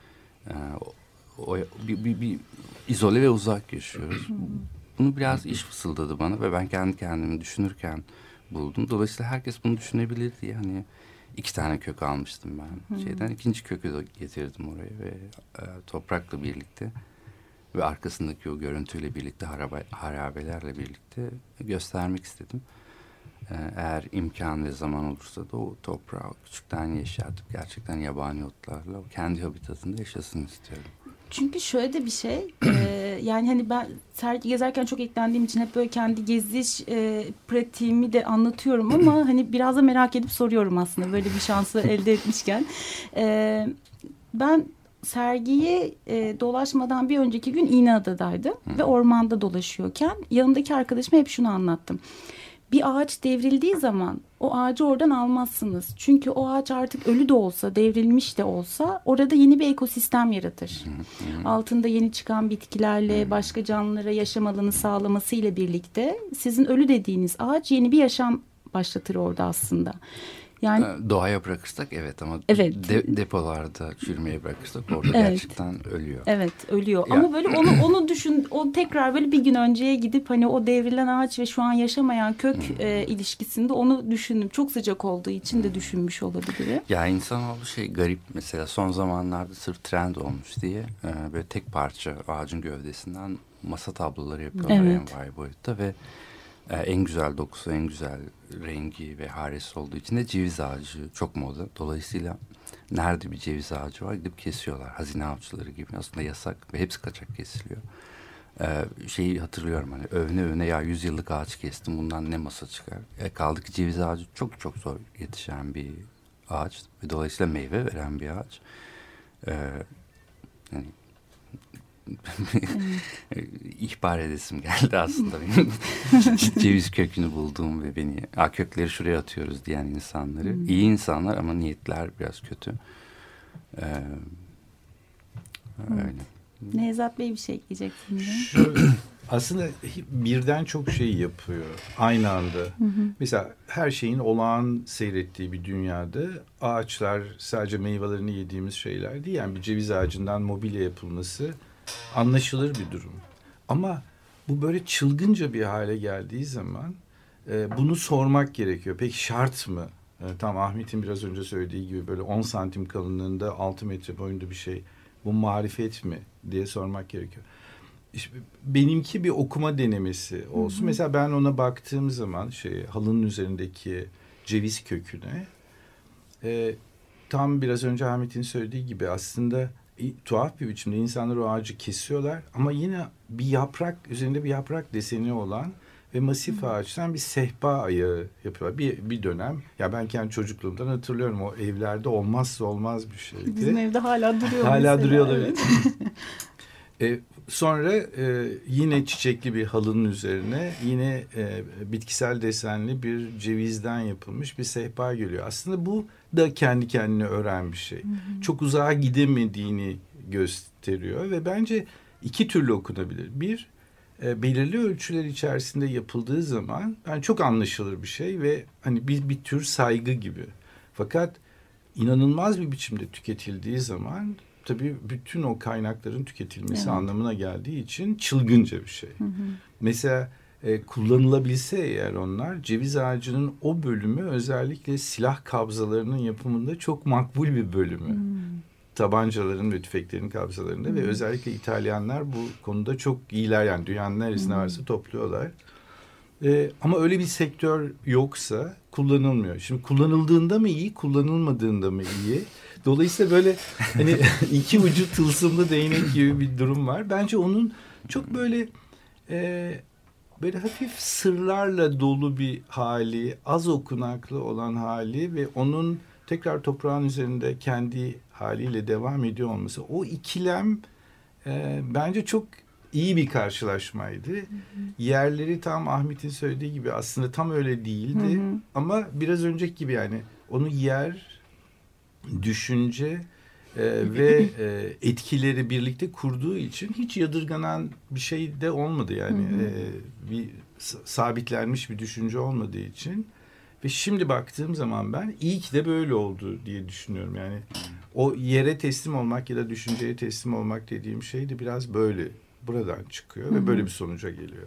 bir izole ve uzak yaşıyoruz. Bunu biraz iş fısıldadı bana ve ben kendi kendimi düşünürken buldum. Dolayısıyla herkes bunu düşünebilir diye hani 2 tane kök almıştım ben şeyden. 2. kökü de getirdim oraya ve toprakla birlikte ve arkasındaki o görüntüyle birlikte, harabelerle birlikte göstermek istedim. Eğer imkan ve zaman olursa da o toprağı küçükten yaşatıp gerçekten yabani otlarla o kendi habitatında yaşasın istiyorum. Çünkü şöyle de bir şey, yani hani ben sergi gezerken çok etkilendiğim için hep böyle kendi geziş pratiğimi de anlatıyorum ama hani biraz da merak edip soruyorum aslında böyle bir şansı elde etmişken. Ben sergiye dolaşmadan bir önceki gün İğneada'daydım ve ormanda dolaşıyorken yanımdaki arkadaşıma hep şunu anlattım. Bir ağaç devrildiği zaman o ağacı oradan almazsınız. Çünkü o ağaç artık ölü de olsa, devrilmiş de olsa orada yeni bir ekosistem yaratır. Altında yeni çıkan bitkilerle başka canlılara yaşam alanı sağlaması ile birlikte sizin ölü dediğiniz ağaç yeni bir yaşam başlatır orada aslında. Yani doğaya bırakırsak evet ama depolarda çürümeye bırakırsak orada gerçekten ölüyor. Evet, ölüyor. Ama böyle onu düşün, o tekrar böyle bir gün önceye gidip hani o devrilen ağaç ve şu an yaşamayan kök ilişkisinde onu düşündüm. Çok sıcak olduğu için de düşünmüş olabilirim. Ya insanoğlu garip mesela son zamanlarda sırf trend olmuş diye böyle tek parça ağacın gövdesinden masa tabloları yapıyorlar envai boyutta ve en güzel dokusu, en güzel rengi ve haresi olduğu için de ceviz ağacı çok moda. Dolayısıyla nerede bir ceviz ağacı var gidip kesiyorlar. Hazine avcıları gibi aslında yasak ve hepsi kaçak kesiliyor. Şeyi hatırlıyorum hani övüne ya 100 yıllık ağaç kestim bundan ne masa çıkar. Kaldı ki ceviz ağacı çok çok zor yetişen bir ağaç ve dolayısıyla meyve veren bir ağaç. Yani ihbar edesim geldi aslında benim ceviz kökünü bulduğum ve beni kökleri şuraya atıyoruz diyen insanları. İyi insanlar ama niyetler biraz kötü. Öyle. Nevzat Bey bir şey ekleyeceksiniz. Aslında birden çok şey yapıyor aynı anda. Mesela her şeyin olağan seyrettiği bir dünyada ağaçlar sadece meyvelerini yediğimiz şeyler değil. Yani bir ceviz ağacından mobilya yapılması anlaşılır bir durum. Ama bu böyle çılgınca bir hale geldiği zaman bunu sormak gerekiyor. Peki şart mı? Tam Ahmet'in biraz önce söylediği gibi böyle 10 santim kalınlığında 6 metre boyunda bir şey. Bu marifet mi diye sormak gerekiyor. İşte benimki bir okuma denemesi olsun. Mesela ben ona baktığım zaman halının üzerindeki ceviz köküne tam biraz önce Ahmet'in söylediği gibi aslında tuhaf bir biçimde insanlar o ağacı kesiyorlar ama yine bir yaprak üzerinde bir yaprak deseni olan ve masif ağaçtan bir sehpa ayağı yapıyorlar. Bir dönem ya ben kendi çocukluğumdan hatırlıyorum o evlerde olmazsa olmaz bir şeydi. Bizim evde hala duruyor. Hala duruyor evet. Sonra yine çiçekli bir halının üzerine yine bitkisel desenli bir cevizden yapılmış bir sehpa geliyor. Aslında bu da kendi kendine öğren bir şey. Çok uzağa gidemediğini gösteriyor ve bence 2 türlü okunabilir. Bir, belirli ölçüler içerisinde yapıldığı zaman çok anlaşılır bir şey ve hani bir tür saygı gibi. Fakat inanılmaz bir biçimde tüketildiği zaman tabii bütün o kaynakların tüketilmesi anlamına geldiği için çılgınca bir şey. Mesela kullanılabilse eğer onlar ceviz ağacının o bölümü özellikle silah kabzalarının yapımında çok makbul bir bölümü. Tabancaların ve tüfeklerin kabzalarında ve özellikle İtalyanlar bu konuda çok iyiler yani dünyanın neresine varsa topluyorlar. Ama öyle bir sektör yoksa kullanılmıyor. Şimdi kullanıldığında mı iyi, kullanılmadığında mı iyi? Dolayısıyla böyle hani 2 ucu tılsımlı değnek gibi bir durum var. Bence onun çok böyle böyle hafif sırlarla dolu bir hali, az okunaklı olan hali ve onun tekrar toprağın üzerinde kendi haliyle devam ediyor olması. O ikilem bence çok iyi bir karşılaşmaydı. Yerleri tam Ahmet'in söylediği gibi aslında tam öyle değildi. Ama biraz önceki gibi yani onu yer, düşünce ve etkileri birlikte kurduğu için hiç yadırganan bir şey de olmadı yani. Bir sabitlenmiş bir düşünce olmadığı için. Ve şimdi baktığım zaman ben iyi ki de böyle oldu diye düşünüyorum. Yani o yere teslim olmak ya da düşünceye teslim olmak dediğim şey de biraz böyle buradan çıkıyor ve böyle bir sonuca geliyor.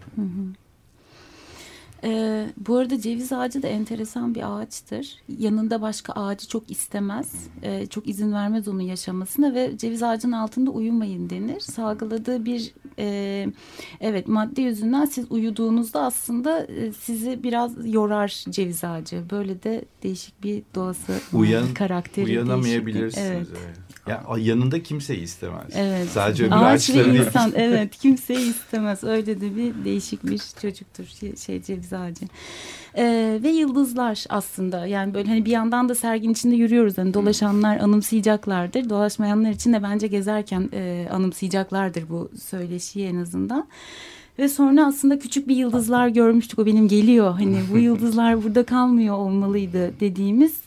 Bu arada ceviz ağacı da enteresan bir ağaçtır. Yanında başka ağacı çok istemez. Çok izin vermez onun yaşamasına ve ceviz ağacının altında uyumayın denir. Salgıladığı bir madde yüzünden siz uyuduğunuzda aslında sizi biraz yorar ceviz ağacı. Böyle de değişik bir doğası, karakteri. Uyanamayabilirsiniz. Evet. Ya yanında kimseyi istemez. Evet. Sadece öbür ağaç ve ağaçları değil. insan. Evet, kimseyi istemez. Öyle de bir değişik bir çocuktur ceviz ağacı. Ve yıldızlar aslında. Yani böyle hani bir yandan da serginin içinde yürüyoruz. Hani dolaşanlar anımsayacaklardır. Dolaşmayanlar için de bence gezerken anımsayacaklardır bu söyleşiyi en azından. Ve sonra aslında küçük bir yıldızlar görmüştük. O benim geliyor. Hani bu yıldızlar burada kalmıyor olmalıydı dediğimiz...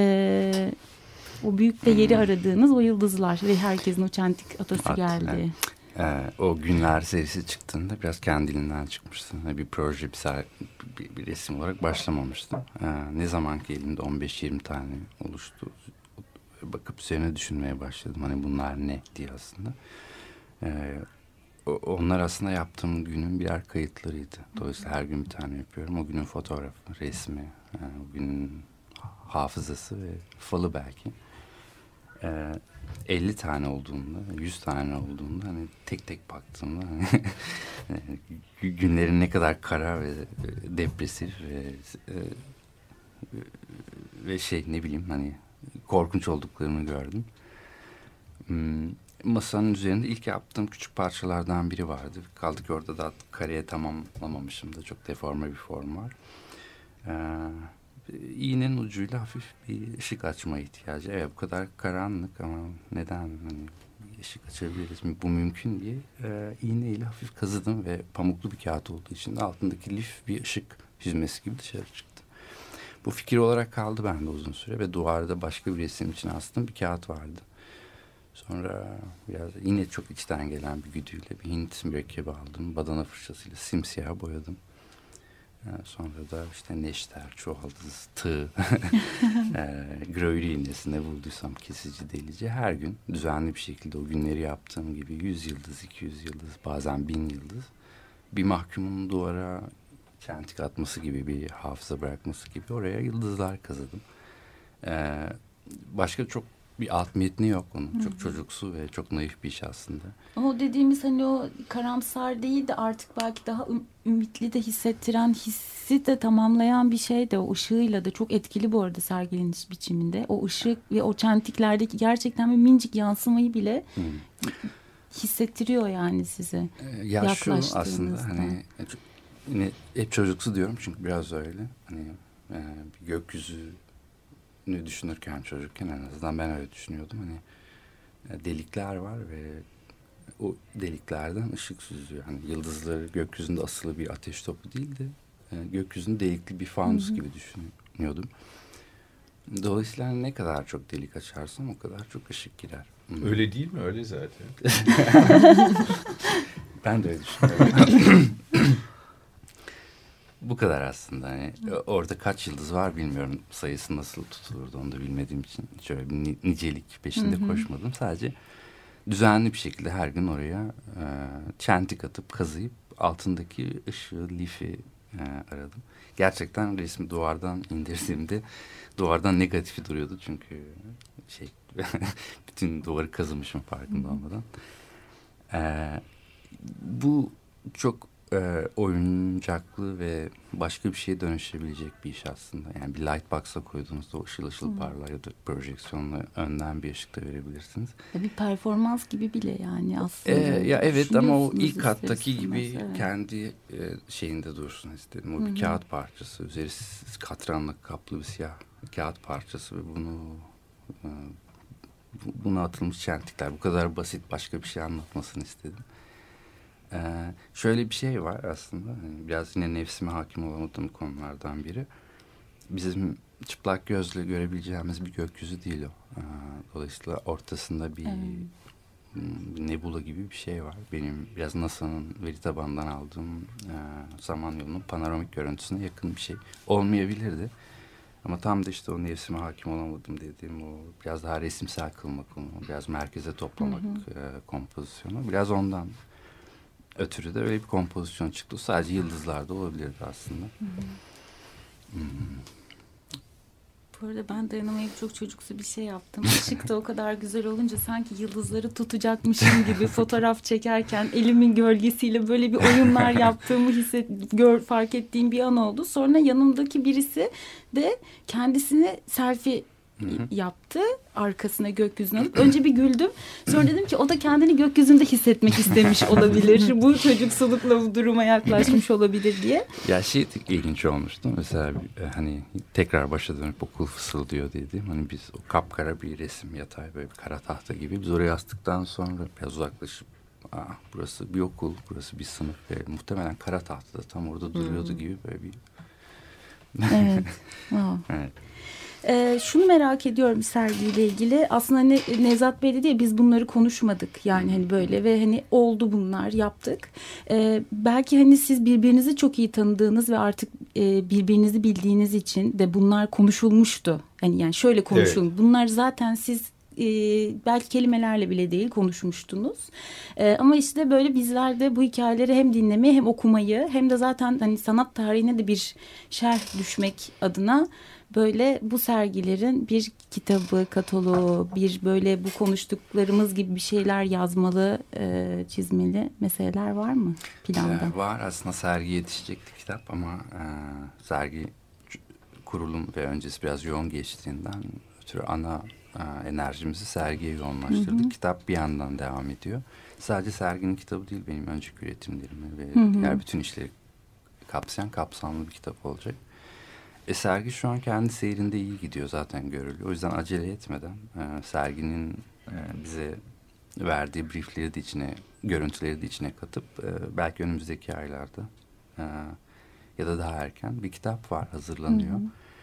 O büyük de yeri aradığınız o yıldızlar ve herkesin o çentik atası geldi. O günler serisi çıktığında biraz kendiliğinden çıkmıştı. Bir proje, bir resim olarak başlamamıştı. Ne zaman ki elimde 15-20 tane oluştu. Bakıp üzerine düşünmeye başladım. Hani bunlar ne diye aslında. Onlar aslında yaptığım günün birer kayıtlarıydı. Dolayısıyla her gün bir tane yapıyorum. O günün fotoğrafı, resmi, o günün hafızası ve falı belki. 50 tane olduğunda, 100 tane olduğunda hani tek tek baktığımda hani günlerin ne kadar kara ve depresif ve ne bileyim hani korkunç olduklarını gördüm. Masanın üzerinde ilk yaptığım küçük parçalardan biri vardı. Kaldı ki orada da kareye tamamlamamışım da çok deforme bir form var. İğnenin ucuyla hafif bir ışık açma ihtiyacı. Evet, bu kadar karanlık ama neden hani ışık açabiliriz mi? Bu mümkün diye iğneyle hafif kazıdım ve pamuklu bir kağıt olduğu için de altındaki lif bir ışık hüzmesi gibi dışarı çıktı. Bu fikir olarak kaldı bende uzun süre ve duvarda başka bir resim için astığım bir kağıt vardı. Sonra biraz yine çok içten gelen bir güdüyle bir Hint mürekkebi aldım. Badana fırçasıyla simsiyah boyadım. Sonra da işte neşter, çuvaldız, tığ, gröğür iğnesi ne bulduysam kesici, delici. Her gün düzenli bir şekilde o günleri yaptığım gibi 100 yıldız, 200 yıldız, bazen 1000 yıldız. Bir mahkumun duvara çentik atması gibi, bir hafıza bırakması gibi oraya yıldızlar kazıdım. Başka çok bir alt metni yok onun. Çok çocuksu ve çok naif bir iş aslında. O dediğimiz hani o karamsar değil de artık belki daha ümitli de hissettiren, hissi de tamamlayan bir şey de o ışığıyla da çok etkili bu arada sergileniş biçiminde. O ışık ve o çentiklerdeki gerçekten bir minicik yansımayı bile hissettiriyor yani size. Ya şu aslında hani yine hep çocuksu diyorum çünkü biraz öyle. Hani bir gökyüzü düşünürken çocukken en azından ben öyle düşünüyordum. Hani delikler var ve o deliklerden ışık süzüyor. Hani yıldızları gökyüzünde asılı bir ateş topu değil de gökyüzünde delikli bir fanus gibi düşünüyordum. Dolayısıyla ne kadar çok delik açarsam o kadar çok ışık girer. Öyle değil mi? Öyle zaten. Ben de öyle düşünüyorum. Bu kadar aslında. Yani orada kaç yıldız var bilmiyorum. Sayısı nasıl tutulurdu onu da bilmediğim için. Şöyle bir nicelik peşinde koşmadım. Sadece düzenli bir şekilde her gün oraya çentik atıp kazıyıp altındaki ışığı, lifi aradım. Gerçekten resmi duvardan indirdiğimde duvardan negatifi duruyordu. Çünkü bütün duvarı kazımışım farkında olmadan. Bu çok oyuncaklı ve başka bir şeye dönüşebilecek bir iş aslında. Yani bir lightbox'a koyduğunuzda o ışıl ışıl parlar ya da projeksiyonla önden bir ışık da verebilirsiniz. Bir performans gibi bile yani aslında. Ya evet, ama o ilk ister kattaki istemez, gibi evet. kendi şeyinde dursun istedim. O bir kağıt parçası, üzeri katranla kaplı bir siyah kağıt parçası ve buna atılmış çentikler. Bu kadar basit, başka bir şey anlatmasını istedim. Şöyle bir şey var aslında. Yani biraz yine nefsime hakim olamadığım konulardan biri. Bizim çıplak gözle görebileceğimiz bir gökyüzü değil o. Dolayısıyla ortasında bir nebula gibi bir şey var. Benim biraz NASA'nın veri tabanından aldığım Samanyolu'nun panoramik görüntüsüne yakın bir şey olmayabilirdi. Ama tam da işte o nefsime hakim olamadım dediğim o biraz daha resimsel kılmak onu, biraz merkeze toplamak kompozisyonu. Biraz ondan ötürü de öyle bir kompozisyon çıktı. Sadece yıldızlarda olabilirdi aslında. Bu arada ben dayanamayıp çok çocuksu bir şey yaptım. Işık da o kadar güzel olunca sanki yıldızları tutacakmışım gibi fotoğraf çekerken elimin gölgesiyle böyle bir oyunlar yaptığımı fark ettiğim bir an oldu. Sonra yanımdaki birisi de kendisine selfie yaptı. Arkasına gökyüzüne alıp. Önce bir güldüm. Sonra dedim ki o da kendini gökyüzünde hissetmek istemiş olabilir. Bu çocuksulukla bu duruma yaklaşmış olabilir diye. Ya ilginç olmuştu. Mesela hani tekrar başa dönüp okul fısıldıyor dediğim. Hani biz o kapkara bir resim yatay böyle bir kara tahta gibi. Biz oraya astıktan sonra biraz uzaklaşıp burası bir okul, burası bir sınıf ve muhtemelen kara tahtada tam orada duruyordu gibi böyle bir... Evet. Wow. Evet. Şunu merak ediyorum sergiyle ilgili. Aslında hani Nevzat Bey dedi ya biz bunları konuşmadık. Yani hani böyle ve hani oldu bunlar yaptık. Belki hani siz birbirinizi çok iyi tanıdığınız ve artık birbirinizi bildiğiniz için de bunlar konuşulmuştu. Yani şöyle konuşulmuş. Evet. Bunlar zaten siz belki kelimelerle bile değil konuşmuştunuz. Ama işte böyle bizler de bu hikayeleri hem dinlemeyi hem okumayı hem de zaten hani sanat tarihine de bir şerh düşmek adına böyle bu sergilerin bir kitabı, kataloğu, bir böyle bu konuştuklarımız gibi bir şeyler yazmalı, çizmeli meseleler var mı planda? Var aslında, sergi yetişecekti kitap ama sergi kurulum ve öncesi biraz yoğun geçtiğinden ötürü ana enerjimizi sergiye yoğunlaştırdık. Kitap bir yandan devam ediyor. Sadece serginin kitabı değil, benim önceki üretimlerimi ve diğer bütün işleri kapsayan kapsamlı bir kitap olacak. Sergi şu an kendi seyrinde iyi gidiyor, zaten görülüyor. O yüzden acele etmeden serginin bize verdiği briefleri de içine, görüntüleri de içine katıp belki önümüzdeki aylarda ya da daha erken bir kitap var, hazırlanıyor.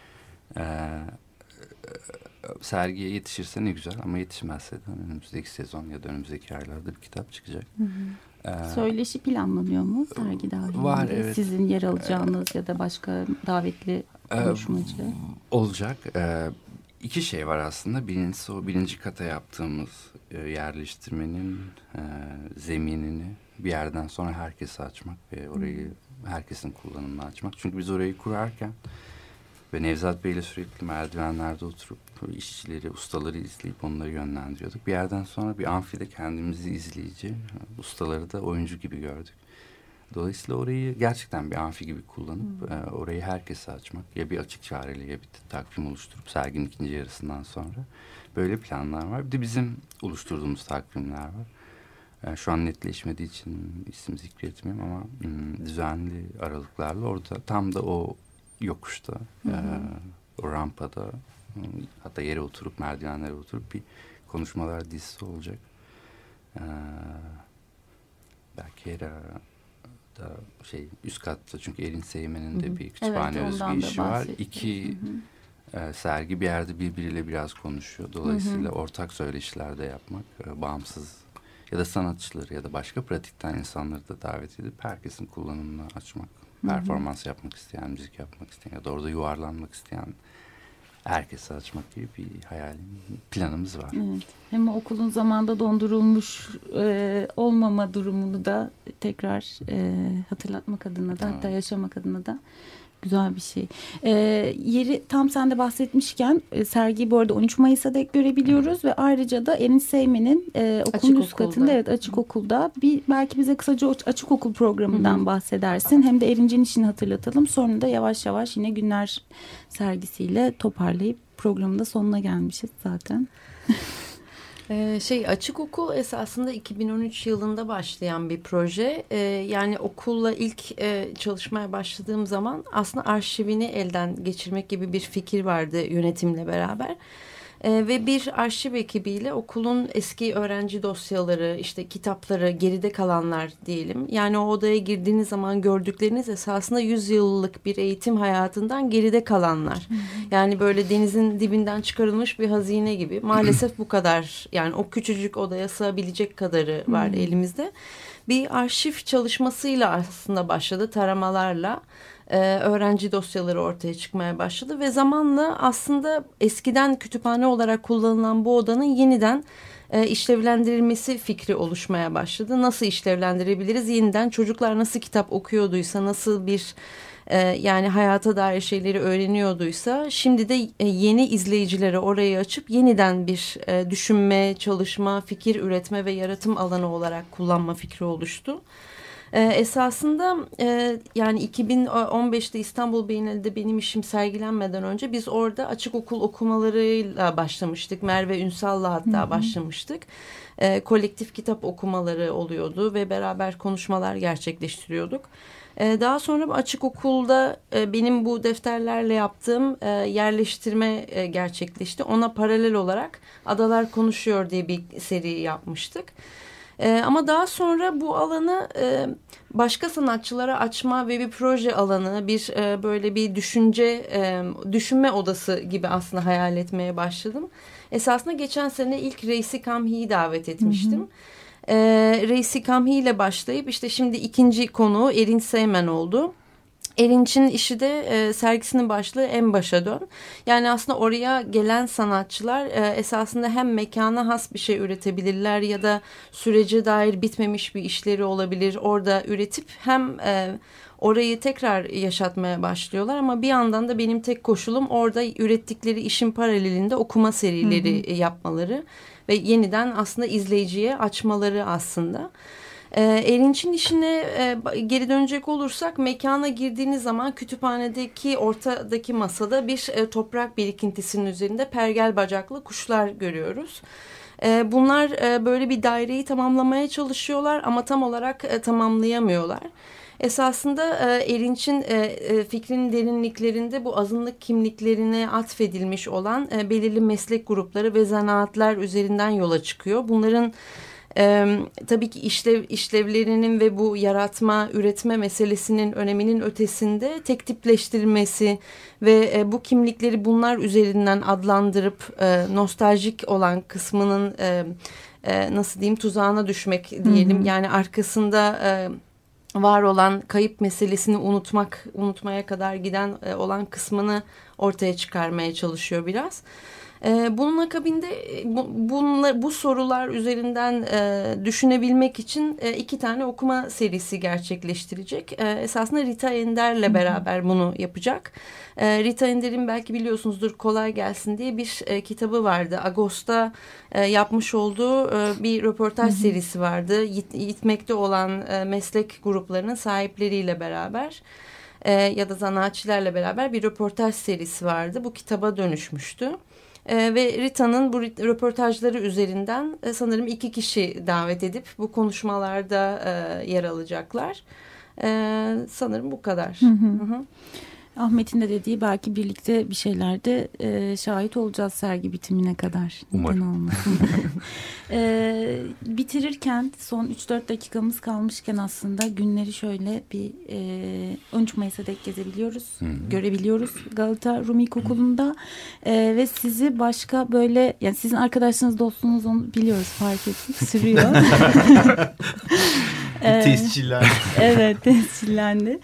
Sergiye yetişirse ne güzel ama yetişmezse de önümüzdeki sezon ya da önümüzdeki aylarda bir kitap çıkacak. Söyleşi planlanıyor mu sergi dahilinde? Var, evet. Sizin yer alacağınız ya da başka davetli konuşmacı? Olacak. İki şey var aslında. Birincisi o birinci kata yaptığımız yerleştirmenin zeminini bir yerden sonra herkese açmak ve orayı herkesin kullanımına açmak. Çünkü biz orayı kurarken ve Nevzat Bey'le sürekli merdivenlerde oturup işçileri, ustaları izleyip onları yönlendiriyorduk. Bir yerden sonra bir amfide kendimizi izleyici, ustaları da oyuncu gibi gördük. Dolayısıyla orayı gerçekten bir amfi gibi kullanıp orayı herkese açmak, ya bir açık çağrıyla ya bir takvim oluşturup serginin ikinci yarısından sonra böyle planlar var. Bir de bizim oluşturduğumuz takvimler var. Şu an netleşmediği için isim zikretmiyorum ama düzenli aralıklarla orada tam da o yokuşta, o rampada, hatta yere oturup, merdivenlere oturup bir konuşmalar dizisi olacak. Belki da üst katta, çünkü Erin Seymen'in de bir kütüphane özgü işi var. İki sergi bir yerde birbiriyle biraz konuşuyor. Dolayısıyla ortak söyleşiler de yapmak, bağımsız ya da sanatçıları ya da başka pratikten insanları da davet edip herkesin kullanımını açmak. Performans yapmak isteyen, müzik yapmak isteyen ya da orada yuvarlanmak isteyen herkese açmak gibi bir planımız var. Evet. Hem okulun zamanda dondurulmuş olmama durumunu da tekrar hatırlatmak adına da, hatta yaşamak adına da güzel bir şey. Yeri tam sen de bahsetmişken sergiyi bu arada 13 Mayıs'a dek görebiliyoruz ve ayrıca da Erin Seymen'in okulun üst katında, evet, açık okulda. Belki bize kısaca açık okul programından bahsedersin. Hem de Erin'cin işini hatırlatalım. Sonra da yavaş yavaş yine Günler sergisiyle toparlayıp programın da sonuna gelmişiz zaten. Açık okul esasında 2013 yılında başlayan bir proje. Yani okulla ilk çalışmaya başladığım zaman aslında arşivini elden geçirmek gibi bir fikir vardı yönetimle beraber. Ve bir arşiv ekibiyle okulun eski öğrenci dosyaları, işte kitapları, geride kalanlar diyelim. Yani o odaya girdiğiniz zaman gördükleriniz esasında 100 yıllık bir eğitim hayatından geride kalanlar. Yani böyle denizin dibinden çıkarılmış bir hazine gibi. Maalesef bu kadar, yani o küçücük odaya sığabilecek kadarı var elimizde. Bir arşiv çalışmasıyla aslında başladı, taramalarla. Öğrenci dosyaları ortaya çıkmaya başladı ve zamanla aslında eskiden kütüphane olarak kullanılan bu odanın yeniden işlevlendirilmesi fikri oluşmaya başladı. Nasıl işlevlendirebiliriz? Yeniden çocuklar nasıl kitap okuyorduysa, nasıl bir yani hayata dair şeyleri öğreniyorduysa, şimdi de yeni izleyicilere orayı açıp yeniden bir düşünme, çalışma, fikir üretme ve yaratım alanı olarak kullanma fikri oluştu. Esasında yani 2015'te İstanbul Bienali'de benim işim sergilenmeden önce biz orada açık okul okumalarıyla başlamıştık. Merve Ünsal'la hatta başlamıştık. Kolektif kitap okumaları oluyordu ve beraber konuşmalar gerçekleştiriyorduk. Daha sonra açık okulda benim bu defterlerle yaptığım yerleştirme gerçekleşti. Ona paralel olarak Adalar Konuşuyor diye bir seri yapmıştık. Ama daha sonra bu alanı başka sanatçılara açma ve bir proje alanı, bir böyle bir düşünme odası gibi aslında hayal etmeye başladım. Esasında geçen sene ilk Reisi Kamhi'yi davet etmiştim. Reisi Kamhi ile başlayıp işte şimdi ikinci konu Erin Seymen oldu. Erinç'in işi de sergisinin başlığı En Başa Dön. Yani aslında oraya gelen sanatçılar esasında hem mekana has bir şey üretebilirler ya da sürece dair bitmemiş bir işleri olabilir. Orada üretip hem orayı tekrar yaşatmaya başlıyorlar ama bir yandan da benim tek koşulum orada ürettikleri işin paralelinde okuma serileri yapmaları ve yeniden aslında izleyiciye açmaları aslında. Erinç'in işine geri dönecek olursak mekana girdiğiniz zaman kütüphanedeki ortadaki masada bir toprak birikintisinin üzerinde pergel bacaklı kuşlar görüyoruz. Bunlar böyle bir daireyi tamamlamaya çalışıyorlar ama tam olarak tamamlayamıyorlar. Esasında Erinç'in fikrinin derinliklerinde bu azınlık kimliklerine atfedilmiş olan belirli meslek grupları ve zanaatler üzerinden yola çıkıyor. Bunların tabii ki işlevlerinin ve bu yaratma, üretme meselesinin öneminin ötesinde tek tipleştirilmesi ve bu kimlikleri bunlar üzerinden adlandırıp nostaljik olan kısmının nasıl diyeyim tuzağına düşmek diyelim. Yani arkasında var olan kayıp meselesini unutmaya kadar giden olan kısmını ortaya çıkarmaya çalışıyor biraz. Bunun akabinde bu sorular üzerinden düşünebilmek için 2 tane okuma serisi gerçekleştirecek. Esasında Rita Ender'le beraber bunu yapacak. Rita Ender'in belki biliyorsunuzdur Kolay Gelsin diye bir kitabı vardı. Ağustos'ta yapmış olduğu bir röportaj serisi vardı. Gitmekte olan meslek gruplarının sahipleriyle beraber ya da zanaatçilerle beraber bir röportaj serisi vardı. Bu kitaba dönüşmüştü. Ve Rita'nın bu röportajları üzerinden sanırım 2 kişi davet edip bu konuşmalarda yer alacaklar. Sanırım bu kadar. Ahmet'in de dediği belki birlikte bir şeylerde şahit olacağız sergi bitimine kadar. Umarım. Bitirirken son 3-4 dakikamız kalmışken aslında günleri şöyle bir 13 Mayıs'a dek gezebiliyoruz, görebiliyoruz Galata Rum İlkokulu'nda ve sizi başka böyle yani sizin arkadaşlarınız dostluğunuz onu biliyoruz fark ettik sürüyor. Tescillendi. Evet tescillendi.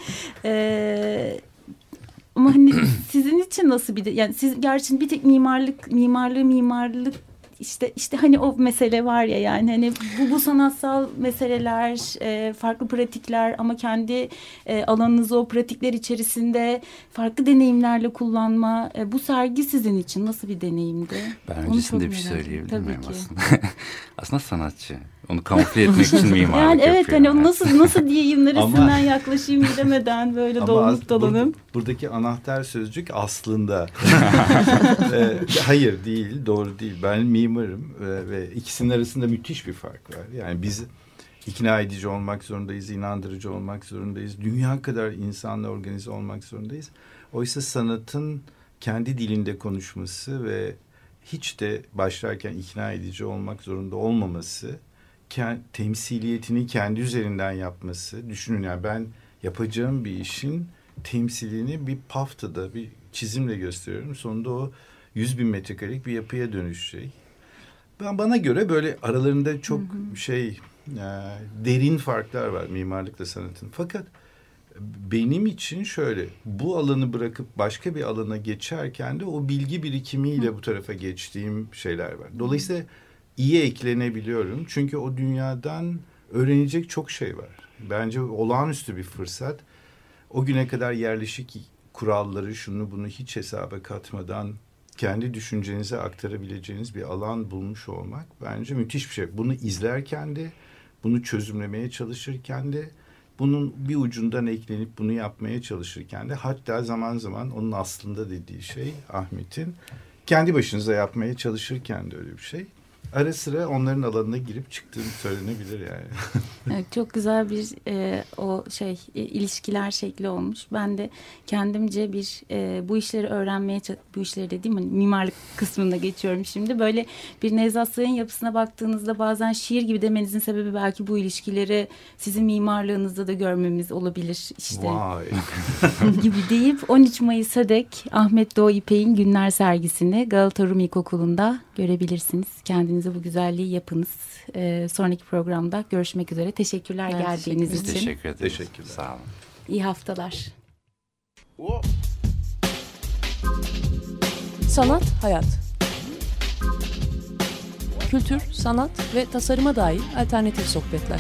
Ama hani sizin için nasıl bir de yani siz gerçi bir tek mimarlık işte hani o mesele var ya, yani hani bu sanatsal meseleler, farklı pratikler ama kendi alanınızı o pratikler içerisinde farklı deneyimlerle kullanma. Bu sergi sizin için nasıl bir deneyimdi? Ben Onu öncesinde çok bir şey merak söyleyebilir ediyorum. miyim Tabii ki. aslında? Aslında sanatçı. Onu kamufle etmek için mimarlık yani evet, yapıyor. hani nasıl diyeyim, neresinden yaklaşayım bilemeden böyle Ama dolmuş dolanım. buradaki anahtar sözcük aslında. Hayır değil, doğru değil. Ben mimarım ve ikisinin arasında müthiş bir fark var. Yani biz ikna edici olmak zorundayız, inandırıcı olmak zorundayız. Dünya kadar insanla organize olmak zorundayız. Oysa sanatın kendi dilinde konuşması ve hiç de başlarken ikna edici olmak zorunda olmaması, temsiliyetini kendi üzerinden yapması. Düşünün, yani ben yapacağım bir işin temsilini bir paftada, bir çizimle gösteriyorum. Sonunda o 100.000 metrekarelik bir yapıya dönüşecek. Bana göre böyle aralarında çok derin farklar var mimarlıkla sanatın. Fakat benim için şöyle, bu alanı bırakıp başka bir alana geçerken de o bilgi birikimiyle bu tarafa geçtiğim şeyler var. Dolayısıyla iyi eklenebiliyorum. Çünkü o dünyadan öğrenecek çok şey var. Bence olağanüstü bir fırsat. O güne kadar yerleşik kuralları, şunu bunu hiç hesaba katmadan kendi düşüncenize aktarabileceğiniz bir alan bulmuş olmak bence müthiş bir şey. Bunu izlerken de, bunu çözümlemeye çalışırken de, bunun bir ucundan eklenip bunu yapmaya çalışırken de, hatta zaman zaman onun aslında dediği şey Ahmet'in kendi başınıza yapmaya çalışırken de öyle bir şey. Ara sıra onların alanına girip çıktığını söylenebilir yani. Evet, çok güzel bir ilişkiler şekli olmuş. Ben de kendimce bir bu işleri öğrenmeye, bu işleri dediğim hani mimarlık kısmında geçiyorum şimdi. Böyle bir Nevzat Say'ın yapısına baktığınızda bazen şiir gibi demenizin sebebi belki bu ilişkileri sizin mimarlığınızda da görmemiz olabilir işte. Vay. gibi deyip 13 Mayıs'a dek Ahmet Doğu İpek'in Günler sergisini Galata Rum İlkokulu'nda görebilirsiniz. Kendinize bu güzelliği yapınız. Sonraki programda görüşmek üzere. Teşekkürler geldiğiniz için. Teşekkür ederiz. Teşekkürler. Sağ olun. İyi haftalar. Sanat, hayat. Kültür, sanat ve tasarıma dair alternatif sohbetler.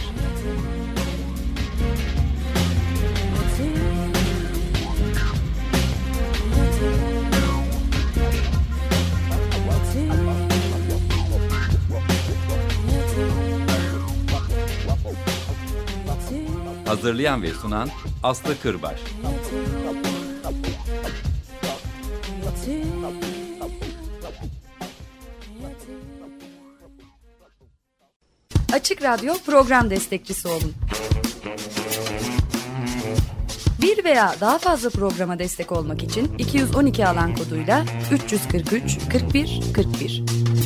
Hazırlayan ve sunan Aslı Kırbaş. Açık Radyo program destekçisi olun. Bir veya daha fazla programa destek olmak için 212 alan koduyla 343 41 41.